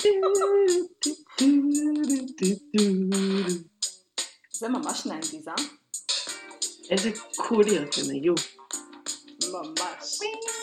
זה ממש 90s, איזה קוליות הם היו. ממש.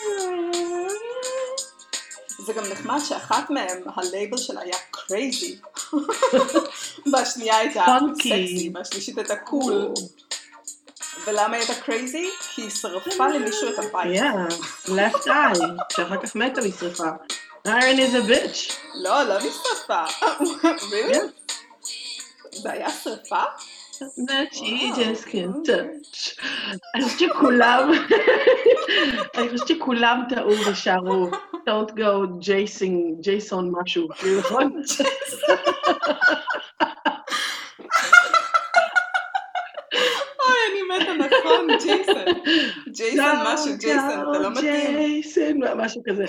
זה גם נחמד שאחת מהם, הלייבל שלה היה קרייזי. והשנייה הייתה סקסי, והשלישית הייתה קול. ולמה הייתה קרייזי? כי היא שרפה למישהו את הבית. left eye, שאחר כך מתה משרפה. Iron is a bitch. לא משרפה. really? זה היה שרפה? That she just can't touch. אני חושבת שכולם טעו ושרו Don't go ג'ייסון משהו, נכון? אוי, אני מתה, נכון, ג'ייסון משהו, ג'ייסון, אתה לא מתאים. ג'ייסון, משהו כזה.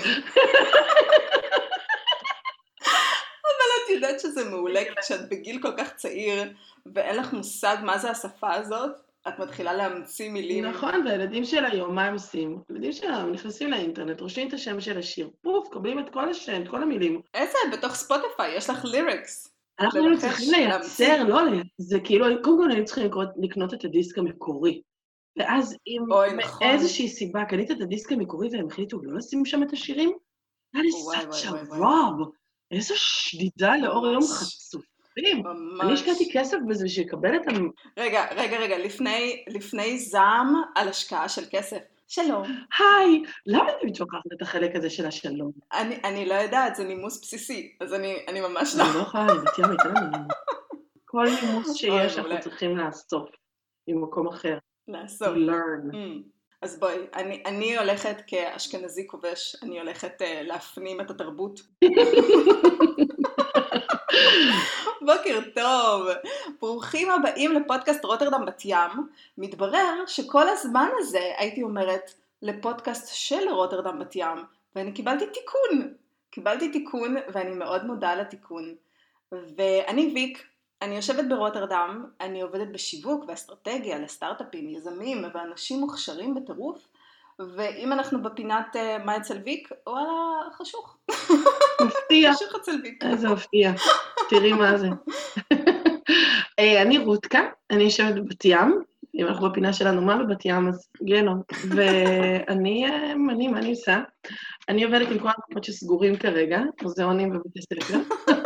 אבל את יודעת שזה מעולה, כשאת בגיל כל כך צעיר, ואין לך מושג מה זה השפה הזאת, את מתחילה להמציא מילים. נכון, והילדים של היום, מה הם עושים? ילדים שלהם נכנסים לאינטרנט, רושמים את השם של השיר, פוף, קבלים את כל השם, את כל המילים. איזה? בתוך ספוטיפיי, יש לך ליריקס. אנחנו צריכים לייצר, לא, זה כאילו, קודם כל היינו צריכים לקנות את הדיסק המקורי. ואז אם מאיזושהי סיבה קנית את הדיסק המקורי והם החליטו לא לשים שם את השירים, היה לי such a rob. איזו שדידה לאור יום חצופים. אני השקעתי כסף בזה שיקבל את רגע, לפני זעם על השקעה של כסף. שלום. היי, למה אתה מתשוכחת את החלק הזה של השלום? אני לא יודעת, זה נימוס בסיסי, אז אני ממש לא. אני לא יכולה, אני בתיה מיתן לנו. כל נימוס שיש אנחנו צריכים לאסוף ממקום אחר. לאסוף. learn. אז בואי, אני הולכת כאשכנזי כובש, אני הולכת להפנים את התרבות. בוקר טוב, ברוכים הבאים לפודקאסט רוטרדם בת ים. מתברר שכל הזמן הזה הייתי אומרת לפודקאסט של רוטרדם בת ים, ואני קיבלתי תיקון ואני מאוד מודה על התיקון. ואני ויק, אני יושבת ברוטרדם, אני עובדת בשיווק ואסטרטגיה לסטארט-אפים, יזמים ואנשים מוכשרים בטירוף, ואם אנחנו בפינת מה אצל ויק, וואלה, חשוך. מפתיע. חשוך אצל ויק. איזה מפתיע. תראי מה זה. אני רותקה, אני יושבת בבת ים, אם אנחנו בפינה שלנו מה בבת ים, אז גנו. ואני, מה אני עושה? אני עובדת עם כל המקומות שסגורים כרגע, מוזיאונים ובתי ספר.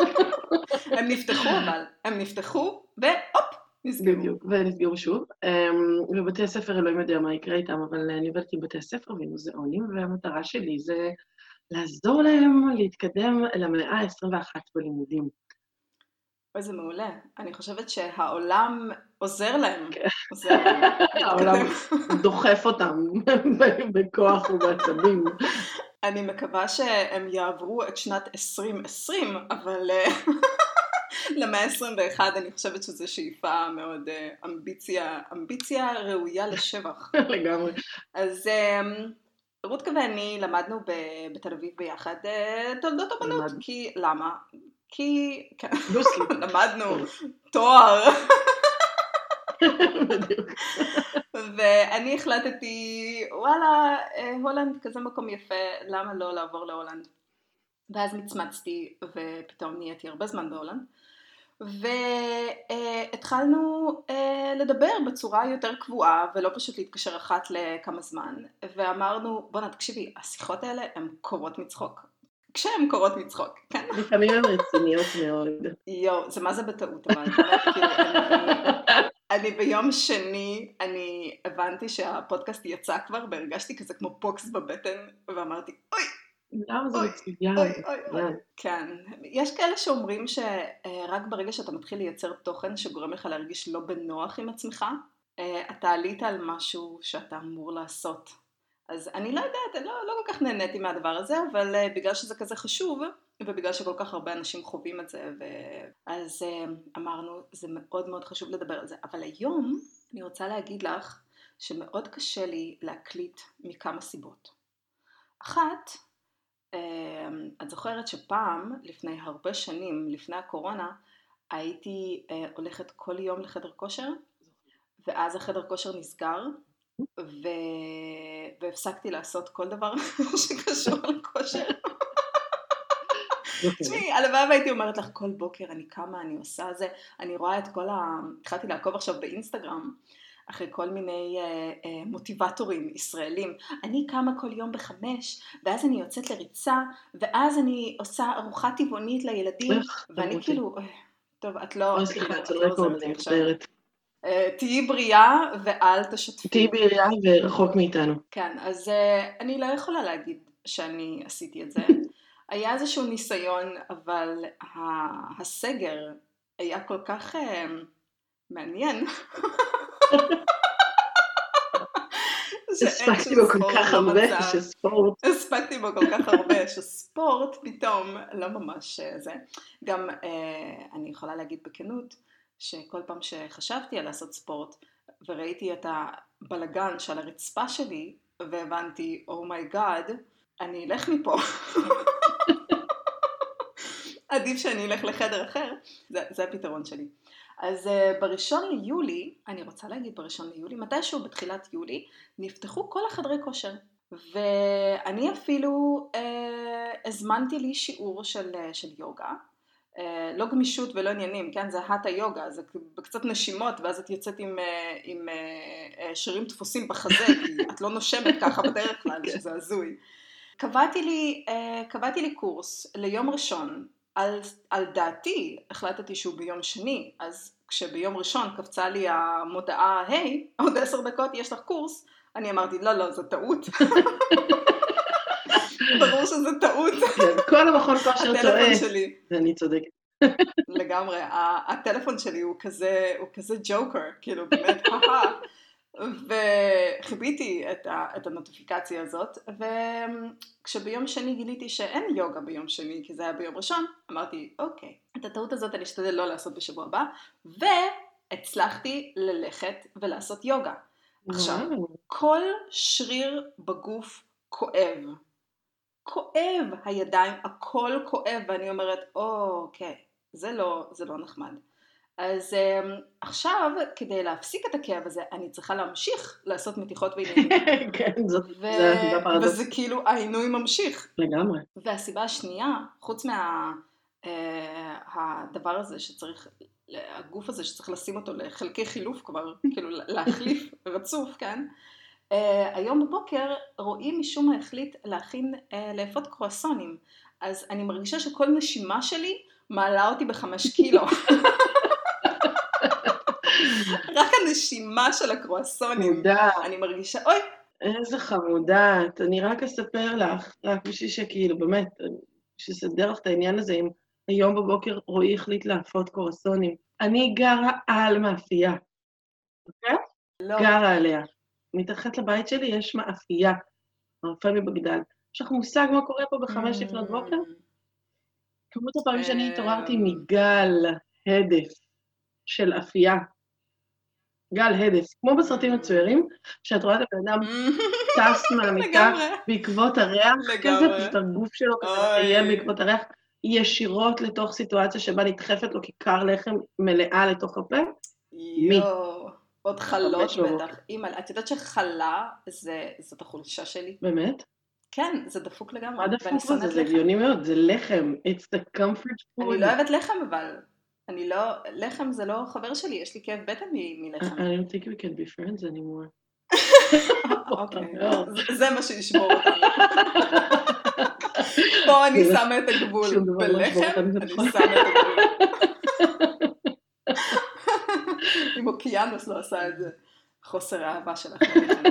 הם נפתחו, והופ, נסגרו. בדיוק, ונסגרו שוב. ובתי הספר, אלוהים יודע מה יקרה איתם, אבל אני עובדת עם בתי הספר ועם מוזיאונים, והמטרה שלי זה לעזור להם להתקדם למאה ה-21 בלימודים. וזה מעולה. אני חושבת שהעולם עוזר להם. העולם דוחף אותם בכוח ובעצבים. אני מקווה שהם יעברו את שנת 2020, אבל למאה ה-21 אני חושבת שזו שאיפה מאוד אמביציה ראויה לשבח. לגמרי. אז רותקה ואני למדנו בתל אביב ביחד תולדות אמנות, כי למה? כי למדנו תואר. בדיוק. ואני החלטתי, וואלה, הולנד כזה מקום יפה, למה לא לעבור להולנד? ואז מצמצתי ופתאום נהייתי הרבה זמן בהולנד. והתחלנו לדבר בצורה יותר קבועה, ולא פשוט להתקשר אחת לכמה זמן. ואמרנו, בוא תקשיבי, השיחות האלה הן קורות מצחוק. כשהן קורות מצחוק, כן? לפעמים הן רציניות מאוד. זה מה זה בטעות, אבל אני ביום שני, אני הבנתי שהפודקאסט יצא כבר, והרגשתי כזה כמו פוקס בבטן, ואמרתי, אוי! למה זה מצוין? כן, יש כאלה שאומרים שרק ברגע שאתה מתחיל לייצר תוכן שגורם לך להרגיש לא בנוח עם עצמך, אתה עלית על משהו שאתה אמור לעשות. אז אני לא יודעת, לא כל כך נהניתי מהדבר הזה, אבל בגלל שזה כזה חשוב, ובגלל שכל כך הרבה אנשים חווים את זה, אז אמרנו, זה מאוד מאוד חשוב לדבר על זה. אבל היום אני רוצה להגיד לך שמאוד קשה לי להקליט מכמה סיבות. אחת, את זוכרת שפעם, לפני הרבה שנים, לפני הקורונה, הייתי הולכת כל יום לחדר כושר, ואז החדר כושר נסגר, והפסקתי לעשות כל דבר שקשור לכושר. תשמעי, הלוואי והייתי אומרת לך כל בוקר, אני קמה, אני עושה זה, אני רואה את התחלתי לעקוב עכשיו באינסטגרם, אחרי כל מיני מוטיבטורים ישראלים, אני קמה כל יום 5, ואז אני יוצאת לריצה, ואז אני עושה ארוחה טבעונית לילדים, ואני כאילו, טוב, את לא... סליחה, אצל רקורד, אני מצטערת. תהיי בריאה ואל תשתפי. תהיי בריאה ורחוק מאיתנו. כן, אז אני לא יכולה להגיד שאני עשיתי את זה. היה איזשהו ניסיון, אבל הסגר היה כל כך מעניין. הספקתי בו כל כך הרבה שספורט. הספקתי בו כל כך הרבה שספורט פתאום לא ממש זה. גם אני יכולה להגיד בכנות, שכל פעם שחשבתי על לעשות ספורט, וראיתי את הבלגן של הרצפה שלי, והבנתי, אומייגאד, אני אלך מפה. עדיף שאני אלך לחדר אחר, זה הפתרון שלי. אז בראשון ליולי, אני רוצה להגיד בראשון ליולי, מתישהו בתחילת יולי, נפתחו כל החדרי כושר. ואני אפילו הזמנתי לי שיעור של יוגה, לא גמישות ולא עניינים, כן? זה הטה יוגה, זה קצת נשימות, ואז את יוצאת עם שרירים דפוסים בחזה, כי את לא נושמת ככה בדרך כלל, שזה הזוי. קבעתי לי קורס ליום ראשון, על דעתי החלטתי שהוא ביום שני, אז כשביום ראשון קפצה לי המודעה, היי, עוד 10 דקות יש לך קורס, אני אמרתי, לא, זה טעות. ברור שזה טעות. כל המכון כושר טועה, ואני צודקת. לגמרי, הטלפון שלי הוא כזה ג'וקר, כאילו באמת, וחיביתי את הנוטיפיקציה הזאת, וכשביום שני גיליתי שאין יוגה ביום שני, כי זה היה ביום ראשון, אמרתי, אוקיי, את הטעות הזאת אני אשתדל לא לעשות בשבוע הבא, והצלחתי ללכת ולעשות יוגה. עכשיו, כל שריר בגוף כואב הידיים, הכל כואב, ואני אומרת, אוקיי, זה לא נחמד. אז עכשיו, כדי להפסיק את הכאב הזה, אני צריכה להמשיך לעשות מתיחות ועניינים. כן, זה הפרדוקס. וזה כאילו, העינוי ממשיך. לגמרי. והסיבה השנייה, חוץ הדבר הזה שצריך, הגוף הזה שצריך לשים אותו לחלקי חילוף כבר, כאילו להחליף רצוף, כן? היום בבוקר רועי משום מה החליט לאפות קרואסונים, אז אני מרגישה שכל נשימה שלי מעלה אותי ב5 קילו. רק הנשימה של הקרואסונים. מודע. אני מרגישה, אוי. איזה חמודעת. אני רק אספר לך, רק בשביל שכאילו, באמת, שסדר לך את העניין הזה, אם היום בבוקר רועי החליט לאפות קרואסונים. אני גרה על מאפייה. אוקיי? לא. גרה עליה. מתחת לבית שלי יש מאפייה. מאפייה מבגדד. יש לך מושג מה קורה פה ב5 לפנות בוקר? כמות הפעמים שאני התעוררתי מגל הדף של אפייה. גל הדף, כמו בסרטים מצוירים, שאת רואה את הבן אדם טס מהמיטה בעקבות הריח כזה, פשוט הגוף שלו כזה מטייל בעקבות הריח, ישירות לתוך סיטואציה שבה נדחפת לו כיכר לחם מלאה לתוך הפה. יואו, עוד חלות בטח. את יודעת שחלה זאת החולשה שלי? באמת? כן, זה דפוק לגמרי. מה דפוק בזה? זה הגיוני מאוד, זה לחם. It's the comfort food. אני לא אוהבת לחם אבל. לחם זה לא חבר שלי, יש לי כאב בטן מלחם. I don't think we can be friends anymore. אוקיי, זה מה שישמור אותנו. פה אני שמה את הגבול. בלחם אני שמה את הגבול. אם אוקיינוס לא עשה את זה, חוסר האהבה שלך.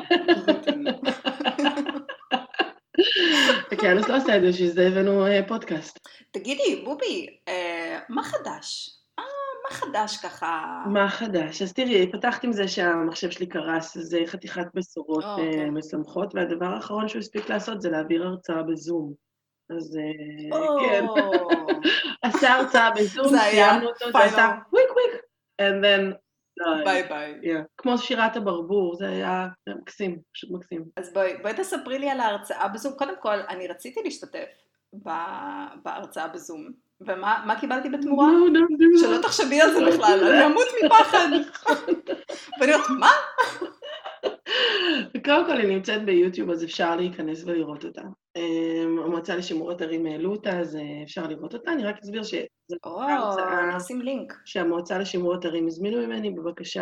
אוקיינוס לא עשה את זה, שזה הבאנו פודקאסט. תגידי, בובי, מה חדש? מה חדש ככה? מה חדש? אז תראי, פתחת עם זה שהמחשב שלי קרס, זה חתיכת בשורות משמחות, והדבר האחרון שהוא הספיק לעשות זה להעביר הרצאה בזום. אז כן, עשה הרצאה בזום, סיימנו אותו, זה עשה quick, and then... ביי. כמו שירת הברבור, זה היה מקסים, פשוט מקסים. אז בואי תספרי לי על ההרצאה בזום. קודם כל, אני רציתי להשתתף בהרצאה בזום. ומה קיבלתי בתמורה? שלא תחשבי על זה בכלל, אני אמות מפחד. ואני אומרת, מה? קודם כל, היא נמצאת ביוטיוב, אז אפשר להיכנס ולראות אותה. המועצה לשימור אתרים העלו אותה, אז אפשר לראות אותה. אני רק אסביר שזו אני אשים לינק. שהמועצה לשימור אתרים הזמינו ממני בבקשה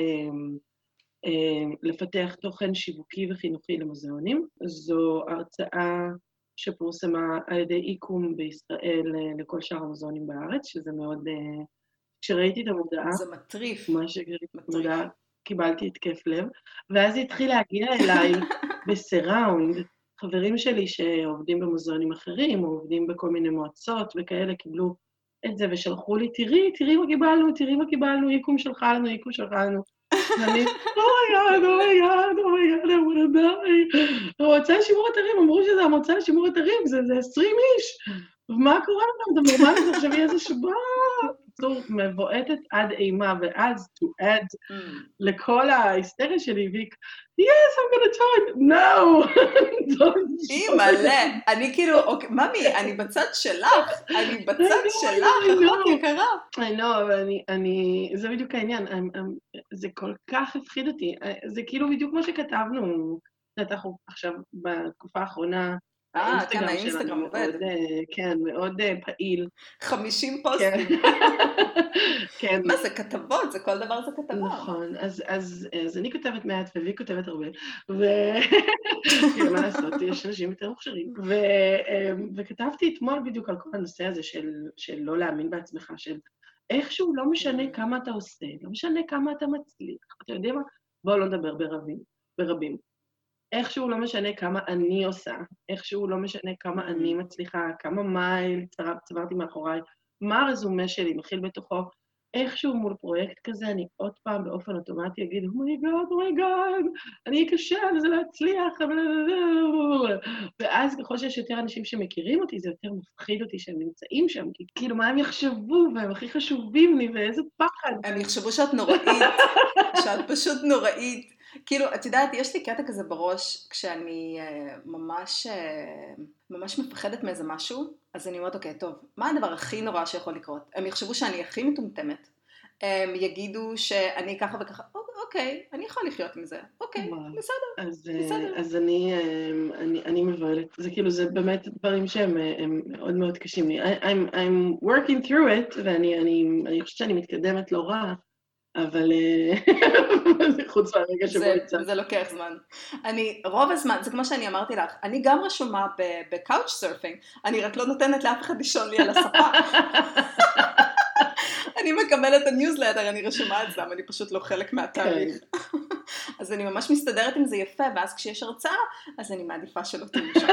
לפתח תוכן שיווקי וחינוכי למוזיאונים. זו הרצאה שפורסמה על ידי איקום בישראל לכל שאר המוזיאונים בארץ, שזה מאוד... כשראיתי את המודעה... זה מטריף. מה שראיתי את המודעה, קיבלתי התקף לב, ואז היא התחילה להגיע אליי בסיראונד. חברים שלי שעובדים במוזיאונים אחרים, או עובדים בכל מיני מועצות וכאלה, קיבלו את זה ושלחו לי, תראי מה קיבלנו, תראי מה קיבלנו, איקום שלחה לנו, איקום שלחה לנו. ואני, אומייגאד, I wanna die. המועצה לשימור אתרים, אמרו שזה המועצה לשימור אתרים, זה 20 איש. ומה קורה לכם? אתם נורמלית, עכשיו יהיה איזה שבוע. בקיצור, מבועטת עד אימה, ואז to add לכל ההיסטריה שלי, ויק, yes, I'm gonna try it, no! היא מלא, אני כאילו, ממי, אני בצד שלך, אחות יקרה. I know, אבל זה בדיוק העניין, זה כל כך הפחיד אותי, זה כאילו בדיוק כמו שכתבנו, אנחנו עכשיו בתקופה האחרונה, כן, האינסטגרם עובד. כן, מאוד פעיל. 50 פוסטים. כן. מה זה כתבות? זה כל דבר זה כתבות. נכון, אז אני כותבת מעט והיא כותבת הרבה, מה לעשות, יש אנשים יותר מוכשרים. וכתבתי אתמול בדיוק על כל הנושא הזה של לא להאמין בעצמך, של איכשהו לא משנה כמה אתה עושה, לא משנה כמה אתה מצליח. אתה יודע מה? בואו לא נדבר ברבים. איכשהו לא משנה כמה אני עושה, איכשהו לא משנה כמה אני מצליחה, כמה מייל צברתי מאחוריי, מה הרזומה שלי מכיל בתוכו, איכשהו מול פרויקט כזה, אני עוד פעם באופן אוטומטי אגיד, אומייגאד, אני אקשה לזה להצליח, ואז ככל שיש יותר אנשים שמכירים אותי, זה יותר מפחיד אותי שהם נמצאים שם, כי כאילו מה הם יחשבו, והם הכי חשובים לי, ואיזה פחד. הם יחשבו שאת נוראית, שאת פשוט נוראית. כאילו, את יודעת, יש לי קטע כזה בראש, כשאני ממש מפחדת מאיזה משהו, אז אני אומרת, אוקיי, טוב, מה הדבר הכי נורא שיכול לקרות? הם יחשבו שאני הכי מטומטמת, הם יגידו שאני ככה וככה, אוקיי, אני יכול לחיות עם זה, אוקיי, בסדר. אז אני מבועלת, זה כאילו, זה באמת דברים שהם מאוד מאוד קשים לי. I'm working through it, ואני חושבת שאני מתקדמת לא רע, אבל חוץ מהרגע שבו יצא. זה לוקח זמן. רוב הזמן, זה כמו שאני אמרתי לך, אני גם רשומה בקאוץ' סרפינג, אני רק לא נותנת לאף אחד לישון לי על הספה. אני מקבלת את הניוזלטר, אני רשומה את זה, אני פשוט לא חלק מהתהליך. אז אני ממש מסתדרת עם זה יפה, ואז כשיש הרצאה, אז אני מעדיפה שלא תהיו שם.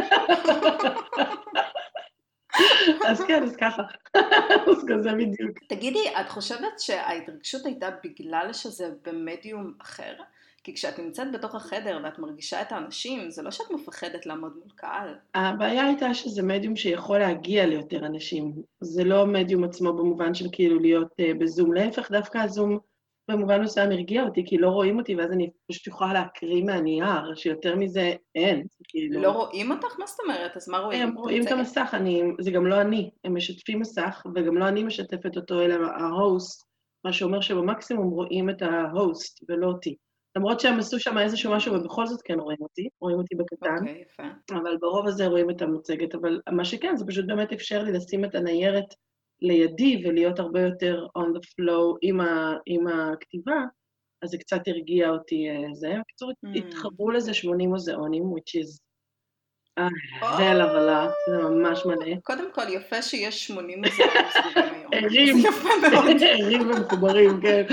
אז כן, אז ככה. אז כזה בדיוק. תגידי, את חושבת שההתרגשות הייתה בגלל שזה במדיום אחר? כי כשאת נמצאת בתוך החדר ואת מרגישה את האנשים, זה לא שאת מפחדת לעמוד מול קהל. הבעיה הייתה שזה מדיום שיכול להגיע ליותר אנשים. זה לא מדיום עצמו במובן של כאילו להיות בזום. להפך, דווקא הזום במובן מסוים הרגיע אותי, כי לא רואים אותי, ואז אני פשוט יכולה להקריא מהנייר, שיותר מזה אין. לא רואים אותך? מה זאת אומרת? אז מה רואים? הם רואים את המסך, זה גם לא אני. הם משתפים מסך, וגם לא אני משתפת אותו, אלא ההוסט, מה שאומר שבמקסימום רואים את ההוסט, ולא אותי. למרות שהם עשו שם איזשהו משהו, ובכל זאת כן רואים אותי בקטן. אוקיי, יפה. אבל ברוב הזה רואים את המצגת, אבל מה שכן, זה פשוט באמת אפשר לי לשים את הניירת לידי, ולהיות הרבה יותר on the flow עם הכתיבה, אז זה קצת הרגיע אותי זה. בקיצור, התחברו לזה 80 מוזיאונים, which is hell of a lot, זה ממש מלא. קודם כל, יפה שיש 80 מוזיאונים סגורים היום. ערים ומחוברים, כן.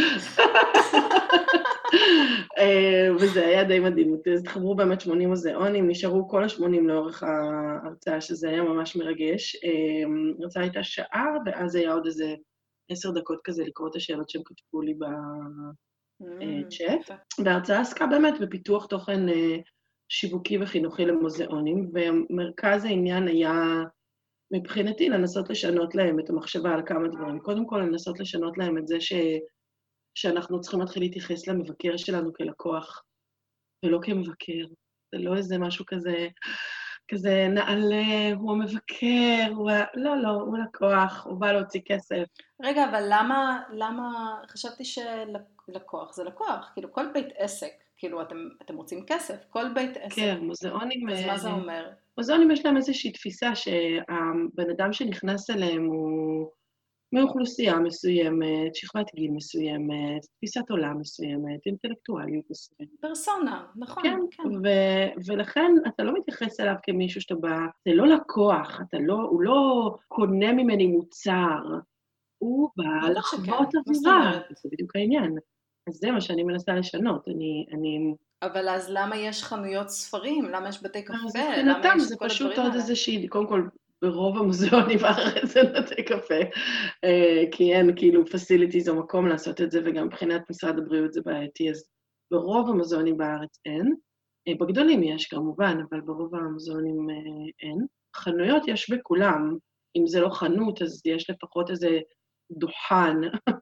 וזה היה די מדהים. אז התחברו באמת 80 מוזיאונים, נשארו כל ה-80 לאורך ההרצאה, שזה היה ממש מרגש. ההרצאה הייתה שעה, ואז היה עוד איזה 10 דקות כזה לקרוא את השאלות שהם כתבו לי בצ'אט. וההרצאה עסקה באמת בפיתוח תוכן שיווקי וחינוכי למוזיאונים, ומרכז העניין היה מבחינתי לנסות לשנות להם את המחשבה על כמה דברים. קודם כל, לנסות לשנות להם את זה שאנחנו צריכים להתחיל להתייחס למבקר שלנו כלקוח, ולא כמבקר. זה לא איזה משהו כזה נעלה, הוא המבקר, לא, הוא לקוח, הוא בא להוציא כסף. רגע, אבל למה חשבתי שלקוח זה לקוח? כאילו, כל בית עסק, כאילו, אתם רוצים כסף, כל בית עסק. כן, מוזיאונים... אז מה זה אומר? מוזיאונים יש להם איזושהי תפיסה שהבן אדם שנכנס אליהם הוא מאוכלוסייה מסוימת, שכבת גיל מסוימת, תפיסת עולם מסוימת, אינטלקטואליות מסוימת. פרסונה, נכון, כן. כן. ולכן אתה לא מתייחס אליו כמישהו שאתה בא, זה לא לקוח, הוא לא קונה ממני מוצר, הוא בא לחוות אווירה, זה בדיוק העניין. אז זה מה שאני מנסה לשנות, אני... אבל אז למה יש חנויות ספרים? למה יש בתי קפה? אז מבחינתם זה פשוט עוד איזושהי, קודם כל, ברוב המוזיאונים בארץ זה בתי קפה, כי אין כאילו פסיליטיז או מקום לעשות את זה, וגם מבחינת משרד הבריאות זה בעייתי, אז ברוב המוזיאונים בארץ אין. בגדולים יש כמובן, אבל ברוב המוזיאונים אין. חנויות יש בכולם, אם זה לא חנות, אז יש לפחות איזה דוכן,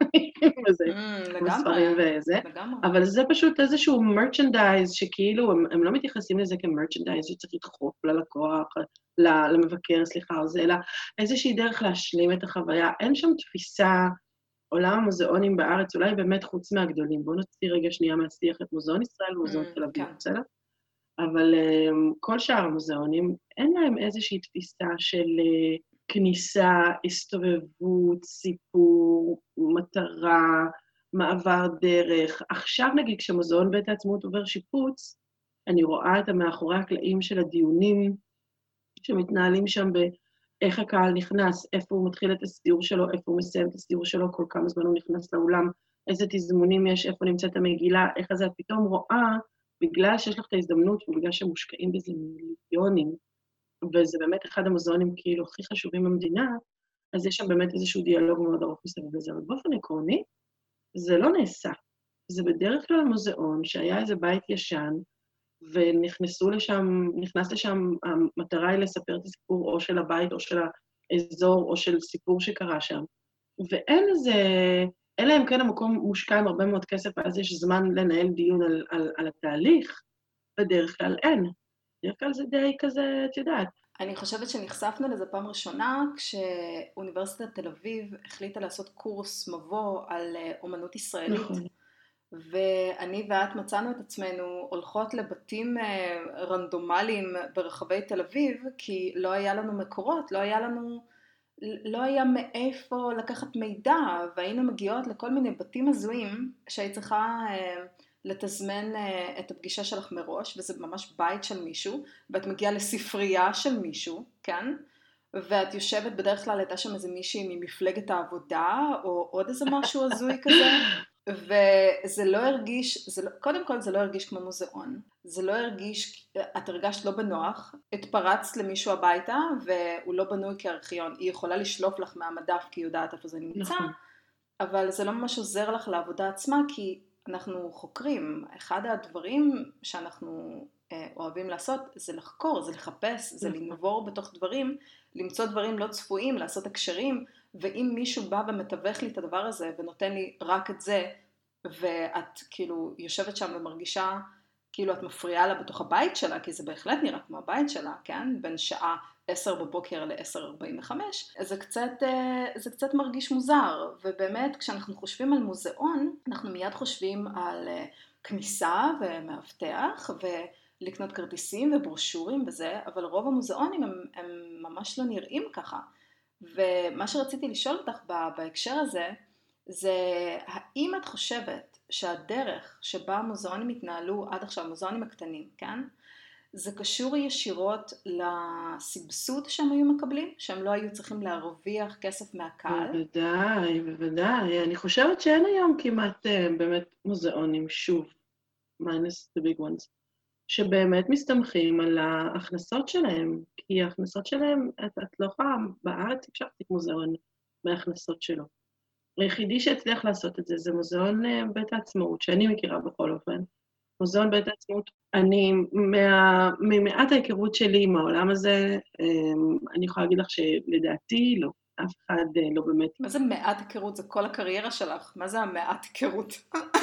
לגמרי, וזה. אבל זה פשוט איזשהו מרצ'נדייז, שכאילו הם לא מתייחסים לזה כמרצ'נדייז שצריך לדחוף ללקוח, למבקר, סליחה, או זה, אלא איזושהי דרך להשלים את החוויה. אין שם תפיסה, עולם המוזיאונים בארץ, אולי באמת חוץ מהגדולים. בואו נוציא רגע שנייה מהשיח את מוזיאון ישראל ומוזיאון תל אביב, בסדר? אבל כל שאר המוזיאונים, אין להם איזושהי תפיסה של כניסה, הסתובבות, סיפור, מטרה, מעבר דרך. עכשיו נגיד, כשמוזיאון בית העצמאות עובר שיפוץ, אני רואה את המאחורי הקלעים של הדיונים שמתנהלים שם באיך הקהל נכנס, איפה הוא מתחיל את הסיור שלו, איפה הוא מסיים את הסיור שלו, כל כמה זמן הוא נכנס לאולם, איזה תזמונים יש, איפה נמצאת המגילה, איך זה את פתאום רואה, בגלל שיש לך את ההזדמנות ובגלל שמושקעים בזה מיליונים, וזה באמת אחד המוזיאונים כאילו הכי חשובים במדינה, אז יש שם באמת איזשהו דיאלוג מאוד ארוך מסביב לזה, אבל באופן עקרוני, זה לא נעשה. זה בדרך כלל מוזיאון שהיה איזה בית ישן, ונכנס לשם, המטרה היא לספר את הסיפור או של הבית או של האזור או של סיפור שקרה שם. ואין איזה, אלא אם כן המקום מושקע עם הרבה מאוד כסף, ואז יש זמן לנהל דיון על התהליך, בדרך כלל אין. בדרך כלל זה די כזה, את יודעת. אני חושבת שנחשפנו לזה פעם ראשונה, כשאוניברסיטת תל אביב החליטה לעשות קורס מבוא על אומנות ישראלית. נכון. ואני ואת מצאנו את עצמנו הולכות לבתים רנדומליים ברחבי תל אביב, כי לא היה לנו מקורות, לא היה מאיפה לקחת מידע, והיינו מגיעות לכל מיני בתים הזויים, שהיית צריכה לתזמן את הפגישה שלך מראש, וזה ממש בית של מישהו, ואת מגיעה לספרייה של מישהו, כן? ואת יושבת, בדרך כלל הייתה שם איזה מישהי ממפלגת העבודה, או עוד איזה משהו הזוי כזה, וזה לא הרגיש, קודם כל זה לא הרגיש כמו מוזיאון, זה לא הרגיש, את הרגשת לא בנוח, התפרצת למישהו הביתה, והוא לא בנוי כארכיון, היא יכולה לשלוף לך מהמדף כי היא יודעת איפה זה נמצא, אבל זה לא ממש עוזר לך לעבודה עצמה, כי אנחנו חוקרים, אחד הדברים שאנחנו אוהבים לעשות, זה לחקור, זה לחפש, זה לנבור בתוך דברים, למצוא דברים לא צפויים, לעשות הקשרים, ואם מישהו בא ומתווך לי את הדבר הזה, ונותן לי רק את זה, ואת כאילו יושבת שם ומרגישה, כאילו את מפריעה לה בתוך הבית שלה, כי זה בהחלט נראה כמו הבית שלה, כן? בין שעה 10 בבוקר ל-10:45, זה קצת מרגיש מוזר, ובאמת כשאנחנו חושבים על מוזיאון, אנחנו מיד חושבים על כניסה ומאבטח, ולקנות כרטיסים וברושורים וזה, אבל רוב המוזיאונים הם ממש לא נראים ככה. ומה שרציתי לשאול אותך בהקשר הזה, זה האם את חושבת שהדרך שבה המוזיאונים התנהלו עד עכשיו, המוזיאונים הקטנים, כן? זה קשור ישירות לסבסוד שהם היו מקבלים? שהם לא היו צריכים להרוויח כסף מהקהל? בוודאי. אני חושבת שאין היום כמעט באמת מוזיאונים, שוב, minus the big ones, שבאמת מסתמכים על ההכנסות שלהם, כי ההכנסות שלהם, את לא יכולה, בארץ אפשר להחזיק מוזיאון מההכנסות שלו. היחידי שהצליח לעשות את זה, זה מוזיאון בית העצמאות, שאני מכירה בכל אופן. מוזיאון בית העצמאות, אני, ממעט ההיכרות שלי עם העולם הזה, אני יכולה להגיד לך שלדעתי לא, אף אחד לא באמת. מה זה מעט היכרות? זה כל הקריירה שלך. מה זה המעט היכרות?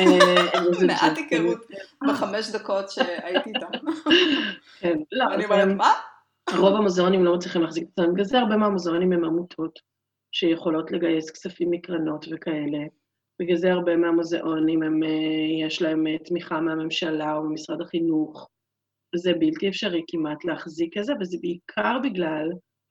מעט היכרות ב5 דקות שהייתי איתה. כן, לא. אני אומרת, מה? רוב המוזיאונים לא מצליחים להחזיק את זה, בגלל זה הרבה מהמוזיאונים הם עמותות, שיכולות לגייס כספים מקרנות וכאלה, בגלל זה הרבה מהמוזיאונים, יש להם תמיכה מהממשלה או ממשרד החינוך, וזה בלתי אפשרי כמעט להחזיק כזה, וזה בעיקר בגלל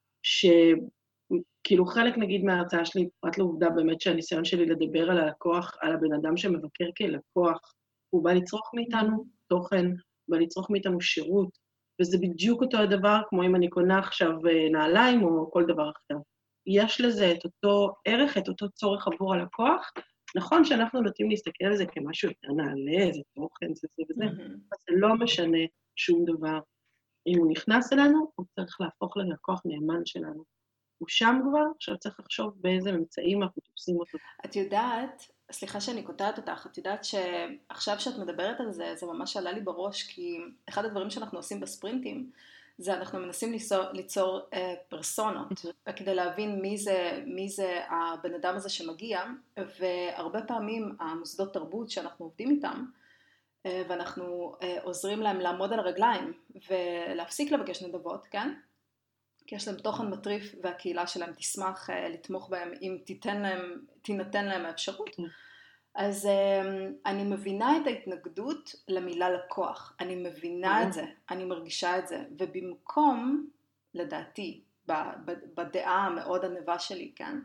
שכאילו חלק נגיד מההרצאה שלי, פרט לעובדה באמת שהניסיון שלי לדבר על הלקוח, על הבן אדם שמבקר כלקוח, הוא בא לצרוך מאיתנו תוכן, בא לצרוך מאיתנו שירות, וזה בדיוק אותו הדבר כמו אם אני קונה עכשיו נעליים או כל דבר אחר. יש לזה את אותו ערך, את אותו צורך עבור הלקוח, נכון שאנחנו נוטים להסתכל על זה כמשהו יותר נעלה, זה תוכן, זה וזה, אבל זה לא משנה שום דבר. אם הוא נכנס אלינו, הוא צריך להפוך ללקוח נאמן שלנו. הוא שם כבר, עכשיו צריך לחשוב באיזה ממצאים אנחנו תופסים אותו. את יודעת, סליחה שאני קוטעת אותך, את יודעת שעכשיו שאת מדברת על זה, זה ממש עלה לי בראש, כי אחד הדברים שאנחנו עושים בספרינטים, זה אנחנו מנסים ליצור פרסונות, כדי להבין מי זה הבן אדם הזה שמגיע, והרבה פעמים המוסדות תרבות שאנחנו עובדים איתם, ואנחנו עוזרים להם לעמוד על הרגליים, ולהפסיק לבקש נדבות, כן? כי יש להם תוכן מטריף, והקהילה שלהם תשמח לתמוך בהם, אם תינתן להם האפשרות. אז אני מבינה את ההתנגדות למילה לקוח, אני מבינה את זה, אני מרגישה את זה, ובמקום, לדעתי, בדעה המאוד ענבה שלי כאן,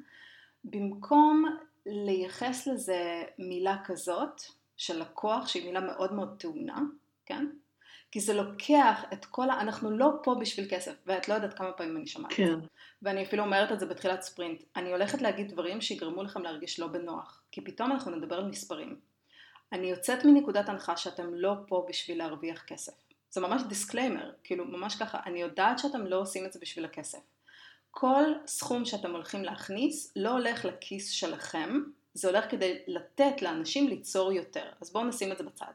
במקום לייחס לזה מילה כזאת, של לקוח, שהיא מילה מאוד מאוד טעונה, כן? כי זה לוקח את כל אנחנו לא פה בשביל כסף, ואת לא יודעת כמה פעמים אני שמעת כן. את זה. ואני אפילו אומרת את זה בתחילת ספרינט. אני הולכת להגיד דברים שיגרמו לכם להרגיש לא בנוח, כי פתאום אנחנו נדבר על מספרים. אני יוצאת מנקודת הנחה שאתם לא פה בשביל להרוויח כסף. זה ממש דיסקליימר, כאילו ממש ככה, אני יודעת שאתם לא עושים את זה בשביל הכסף. כל סכום שאתם הולכים להכניס לא הולך לכיס שלכם, זה הולך כדי לתת לאנשים ליצור יותר. אז בואו נשים את זה בצד.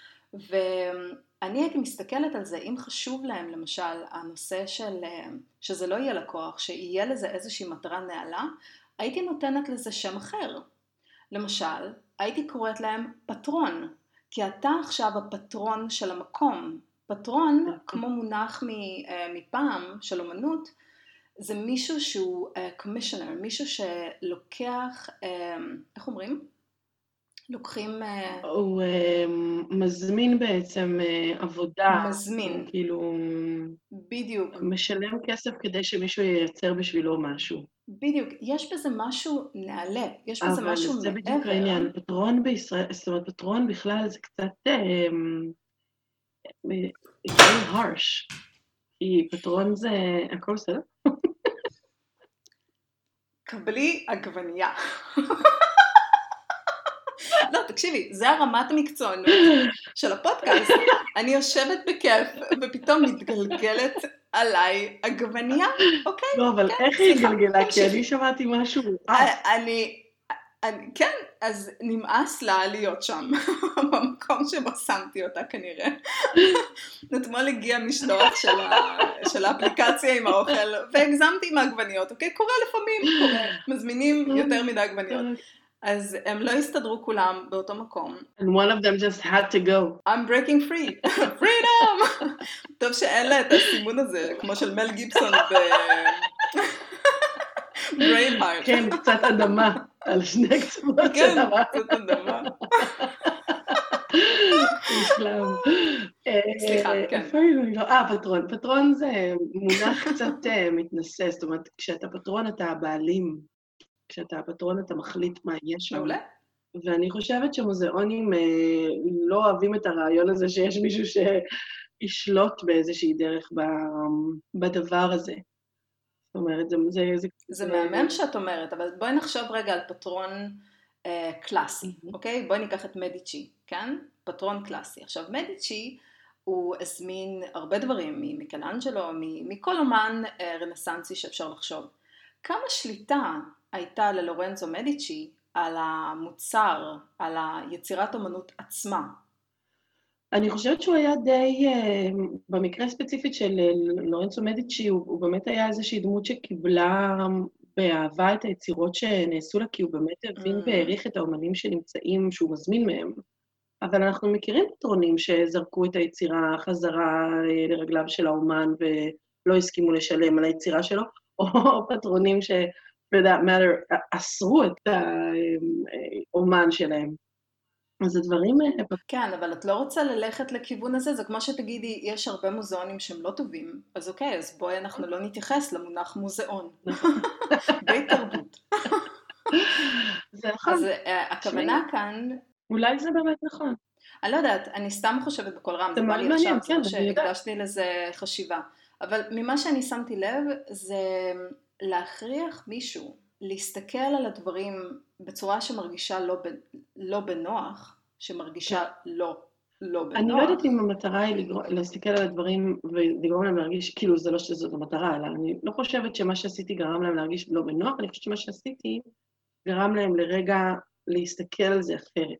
ואני הייתי מסתכלת על זה, אם חשוב להם למשל הנושא שזה לא יהיה לקוח, שיהיה לזה איזושהי מטרה נעלה, הייתי נותנת לזה שם אחר. למשל, הייתי קוראת להם פטרון, כי אתה עכשיו הפטרון של המקום. פטרון, כמו מונח מפעם של אומנות, זה מישהו שהוא קומישיונר, מישהו שלוקח, איך אומרים? לוקחים... הוא מזמין בעצם עבודה. מזמין. כאילו... בדיוק. משלם כסף כדי שמישהו ייצר בשבילו משהו. בדיוק. יש בזה משהו נעלה. יש בזה משהו מעבר. אבל זה בדיוק העניין. פטרון בישראל, זאת אומרת, פטרון בכלל זה קצת... it's very harsh. כי פטרון זה... הכל בסדר? קבלי עגבנייה. לא, תקשיבי, זה הרמת המקצוענות של הפודקאסט. אני יושבת בכיף, ופתאום מתגלגלת עליי עגבנייה, אוקיי? לא, אבל איך היא התגלגלה? כי אני שמעתי משהו. כן, אז נמאס לה להיות שם, במקום שבו שמתי אותה כנראה. אתמול הגיע משלוח של האפליקציה עם האוכל, והגזמתי עם העגבניות, אוקיי? קורה לפעמים, קורה. מזמינים יותר מדי עגבניות. אז הם לא הסתדרו כולם באותו מקום. And one of them just had to go. I'm breaking free. Freedom! טוב שאין לה את הסימון הזה, כמו של מל גיבסון ברייבהארט. כן, קצת אדמה על שני קצוות של דבר. כן, קצת אדמה. נשלם. סליחה, כן. פטרון. פטרון זה מונח קצת מתנשא, זאת אומרת, כשאתה פטרון אתה הבעלים. כשאתה הפטרון אתה מחליט מה יש שם. מעולה. ואני חושבת שמוזיאונים לא אוהבים את הרעיון הזה שיש מישהו שישלוט באיזושהי דרך בדבר הזה. זאת אומרת, זה מהמם שאת אומרת, אבל בואי נחשוב רגע על פטרון קלאסי, אוקיי? בואי ניקח את מדיצ'י, כן? פטרון קלאסי. עכשיו, מדיצ'י הוא הזמין הרבה דברים, ממיקלאנג'לו, מכל אומן רנסנסי שאפשר לחשוב. כמה שליטה הייתה ללורנצו מדיצ'י על המוצר, על היצירת אומנות עצמה? אני חושבת שהוא היה די, במקרה הספציפית של לורנצו מדיצ'י, הוא באמת היה איזושהי דמות שקיבלה באהבה את היצירות שנעשו לה, כי הוא באמת הבין והעריך את האומנים שנמצאים, שהוא מזמין מהם. אבל אנחנו מכירים פטרונים שזרקו את היצירה חזרה לרגליו של האומן ולא הסכימו לשלם על היצירה שלו, או פטרונים for that matter, אסרו את האומן שלהם. אז הדברים... כן, אבל את לא רוצה ללכת לכיוון הזה, זה כמו שתגידי, יש הרבה מוזיאונים שהם לא טובים, אז אוקיי, אז בואי אנחנו לא נתייחס למונח מוזיאון. בית תרבות. זה נכון. אז הכוונה כאן... אולי זה באמת נכון. אני לא יודעת, אני סתם חושבת בכל רם, זה בא לי עכשיו, זה לא שהקדשתי לזה חשיבה. אבל ממה שאני שמתי לב, זה להכריח מישהו להסתכל על הדברים בצורה שמרגישה לא בנוח, שמרגישה לא בנוח. אני לא יודעת אם המטרה היא להסתכל על הדברים ולגרום להם להרגיש, כאילו זה לא שזאת המטרה, אלא אני לא חושבת שמה שעשיתי גרם להם להרגיש לא בנוח, אני חושבת שמה שעשיתי גרם להם לרגע להסתכל על זה אחרת.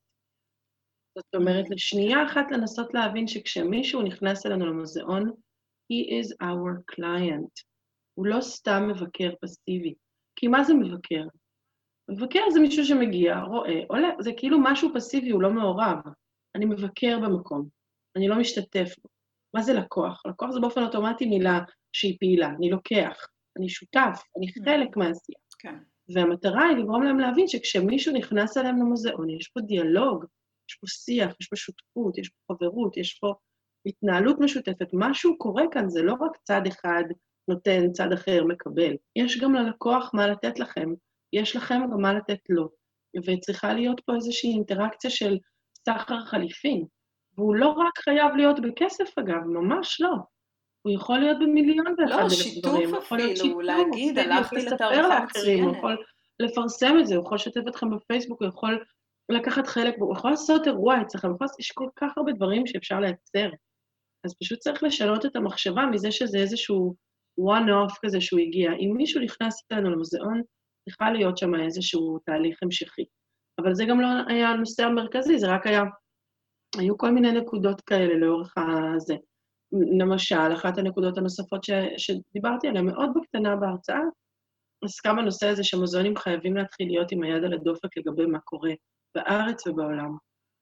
זאת אומרת, לשנייה אחת לנסות להבין שכשמישהו נכנס אלינו למוזיאון, he is our client. הוא לא סתם מבקר פסיבי. כי מה זה מבקר? מבקר זה מישהו שמגיע, רואה, עולה, זה כאילו משהו פסיבי, הוא לא מעורב. אני מבקר במקום, אני לא משתתף בו. מה זה לקוח? לקוח זה באופן אוטומטי מילה שהיא פעילה, אני לוקח, אני שותף, אני חלק מהעשייה. כן. והמטרה היא לגרום להם להבין שכשמישהו נכנס אליהם למוזיאון, יש פה דיאלוג, יש פה שיח, יש פה שותפות, יש פה חברות, יש פה התנהלות משותפת. משהו קורה כאן, זה לא רק צד אחד נותן, צד אחר מקבל. יש גם ללקוח מה לתת לכם, יש לכם גם מה לתת לו, וצריכה להיות פה איזושהי אינטראקציה של סחר חליפין. והוא לא רק חייב להיות בכסף, אגב, ממש לא. הוא יכול להיות במיליון ואחד אלף דברים. לא, שיתוף אפילו, להגיד, הלכתי לתערוכה מצוינת. הוא יכול לפרסם את זה, הוא יכול לשתף אתכם בפייסבוק, הוא יכול לקחת חלק, הוא יכול לעשות אירוע אצלכם, יש כל כך הרבה דברים שאפשר לייצר. אז פשוט צריך לשנות את המחשבה מזה שזה איזשהו one-off כזה שהוא הגיע. אם מישהו נכנס אלינו למוזיאון, צריכה להיות שם איזשהו תהליך המשכי. אבל זה גם לא היה הנושא המרכזי, זה רק היו כל מיני נקודות כאלה לאורך הזה. למשל, אחת הנקודות הנוספות שדיברתי עליהן מאוד בקטנה בהרצאה, עסקה בנושא הזה שמוזיאונים חייבים להתחיל להיות עם היד על הדופק לגבי מה קורה בארץ ובעולם,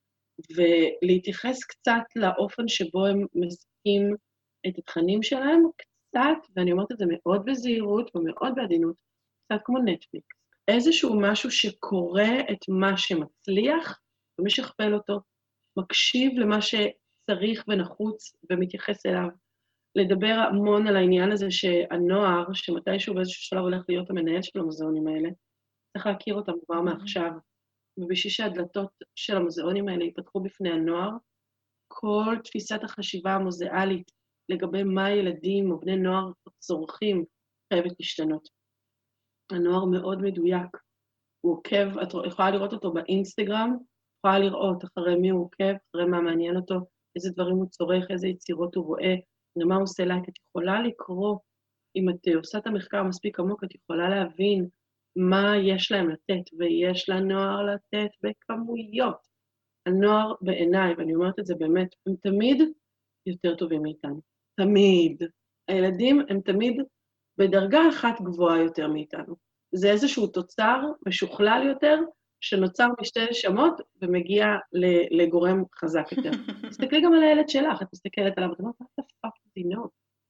ולהתייחס קצת לאופן שבו הם מסכים את התכנים שלהם, קצת, ואני אומרת את זה מאוד בזהירות ומאוד בעדינות, קצת כמו נטפליקס. איזשהו משהו שקורא את מה שמצליח, ומשכפל אותו, מקשיב למה שצריך ונחוץ ומתייחס אליו, לדבר המון על העניין הזה שהנוער, שמתישהו באיזשהו שלב הולך להיות המנהל של המוזיאונים האלה, צריך להכיר אותם כבר מעכשיו, ובשביל שהדלתות של המוזיאונים האלה ייפתחו בפני הנוער, כל תפיסת החשיבה המוזיאלית לגבי מה ילדים או בני נוער צורכים חייבת להשתנות. הנוער מאוד מדויק, הוא עוקב, את יכולה לראות אותו באינסטגרם, יכולה לראות אחרי מי הוא עוקב, אחרי מה מעניין אותו, איזה דברים הוא צורך, איזה יצירות הוא רואה, ומה הוא עושה לייק. את יכולה לקרוא, אם את עושה את המחקר מספיק עמוק, את יכולה להבין מה יש להם לתת, ויש לנוער לתת בכמויות. הנוער בעיניי, ואני אומרת את זה באמת, הם תמיד יותר טובים מאיתנו. תמיד. הילדים הם תמיד בדרגה אחת גבוהה יותר מאיתנו. זה איזשהו תוצר משוכלל יותר, שנוצר משתי נשמות ומגיע לגורם חזק יותר. תסתכלי גם על הילד שלך, את מסתכלת עליו, ואת אומרת, what the fuck does he know?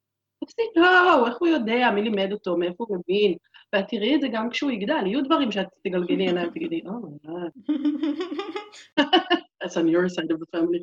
איך הוא יודע, מי לימד אותו, מאיפה הוא מבין, ואת תראי את זה גם כשהוא יגדל, יהיו דברים שאת תגלגלי עיניים, תגידי, oh my god. That's on your side of the family.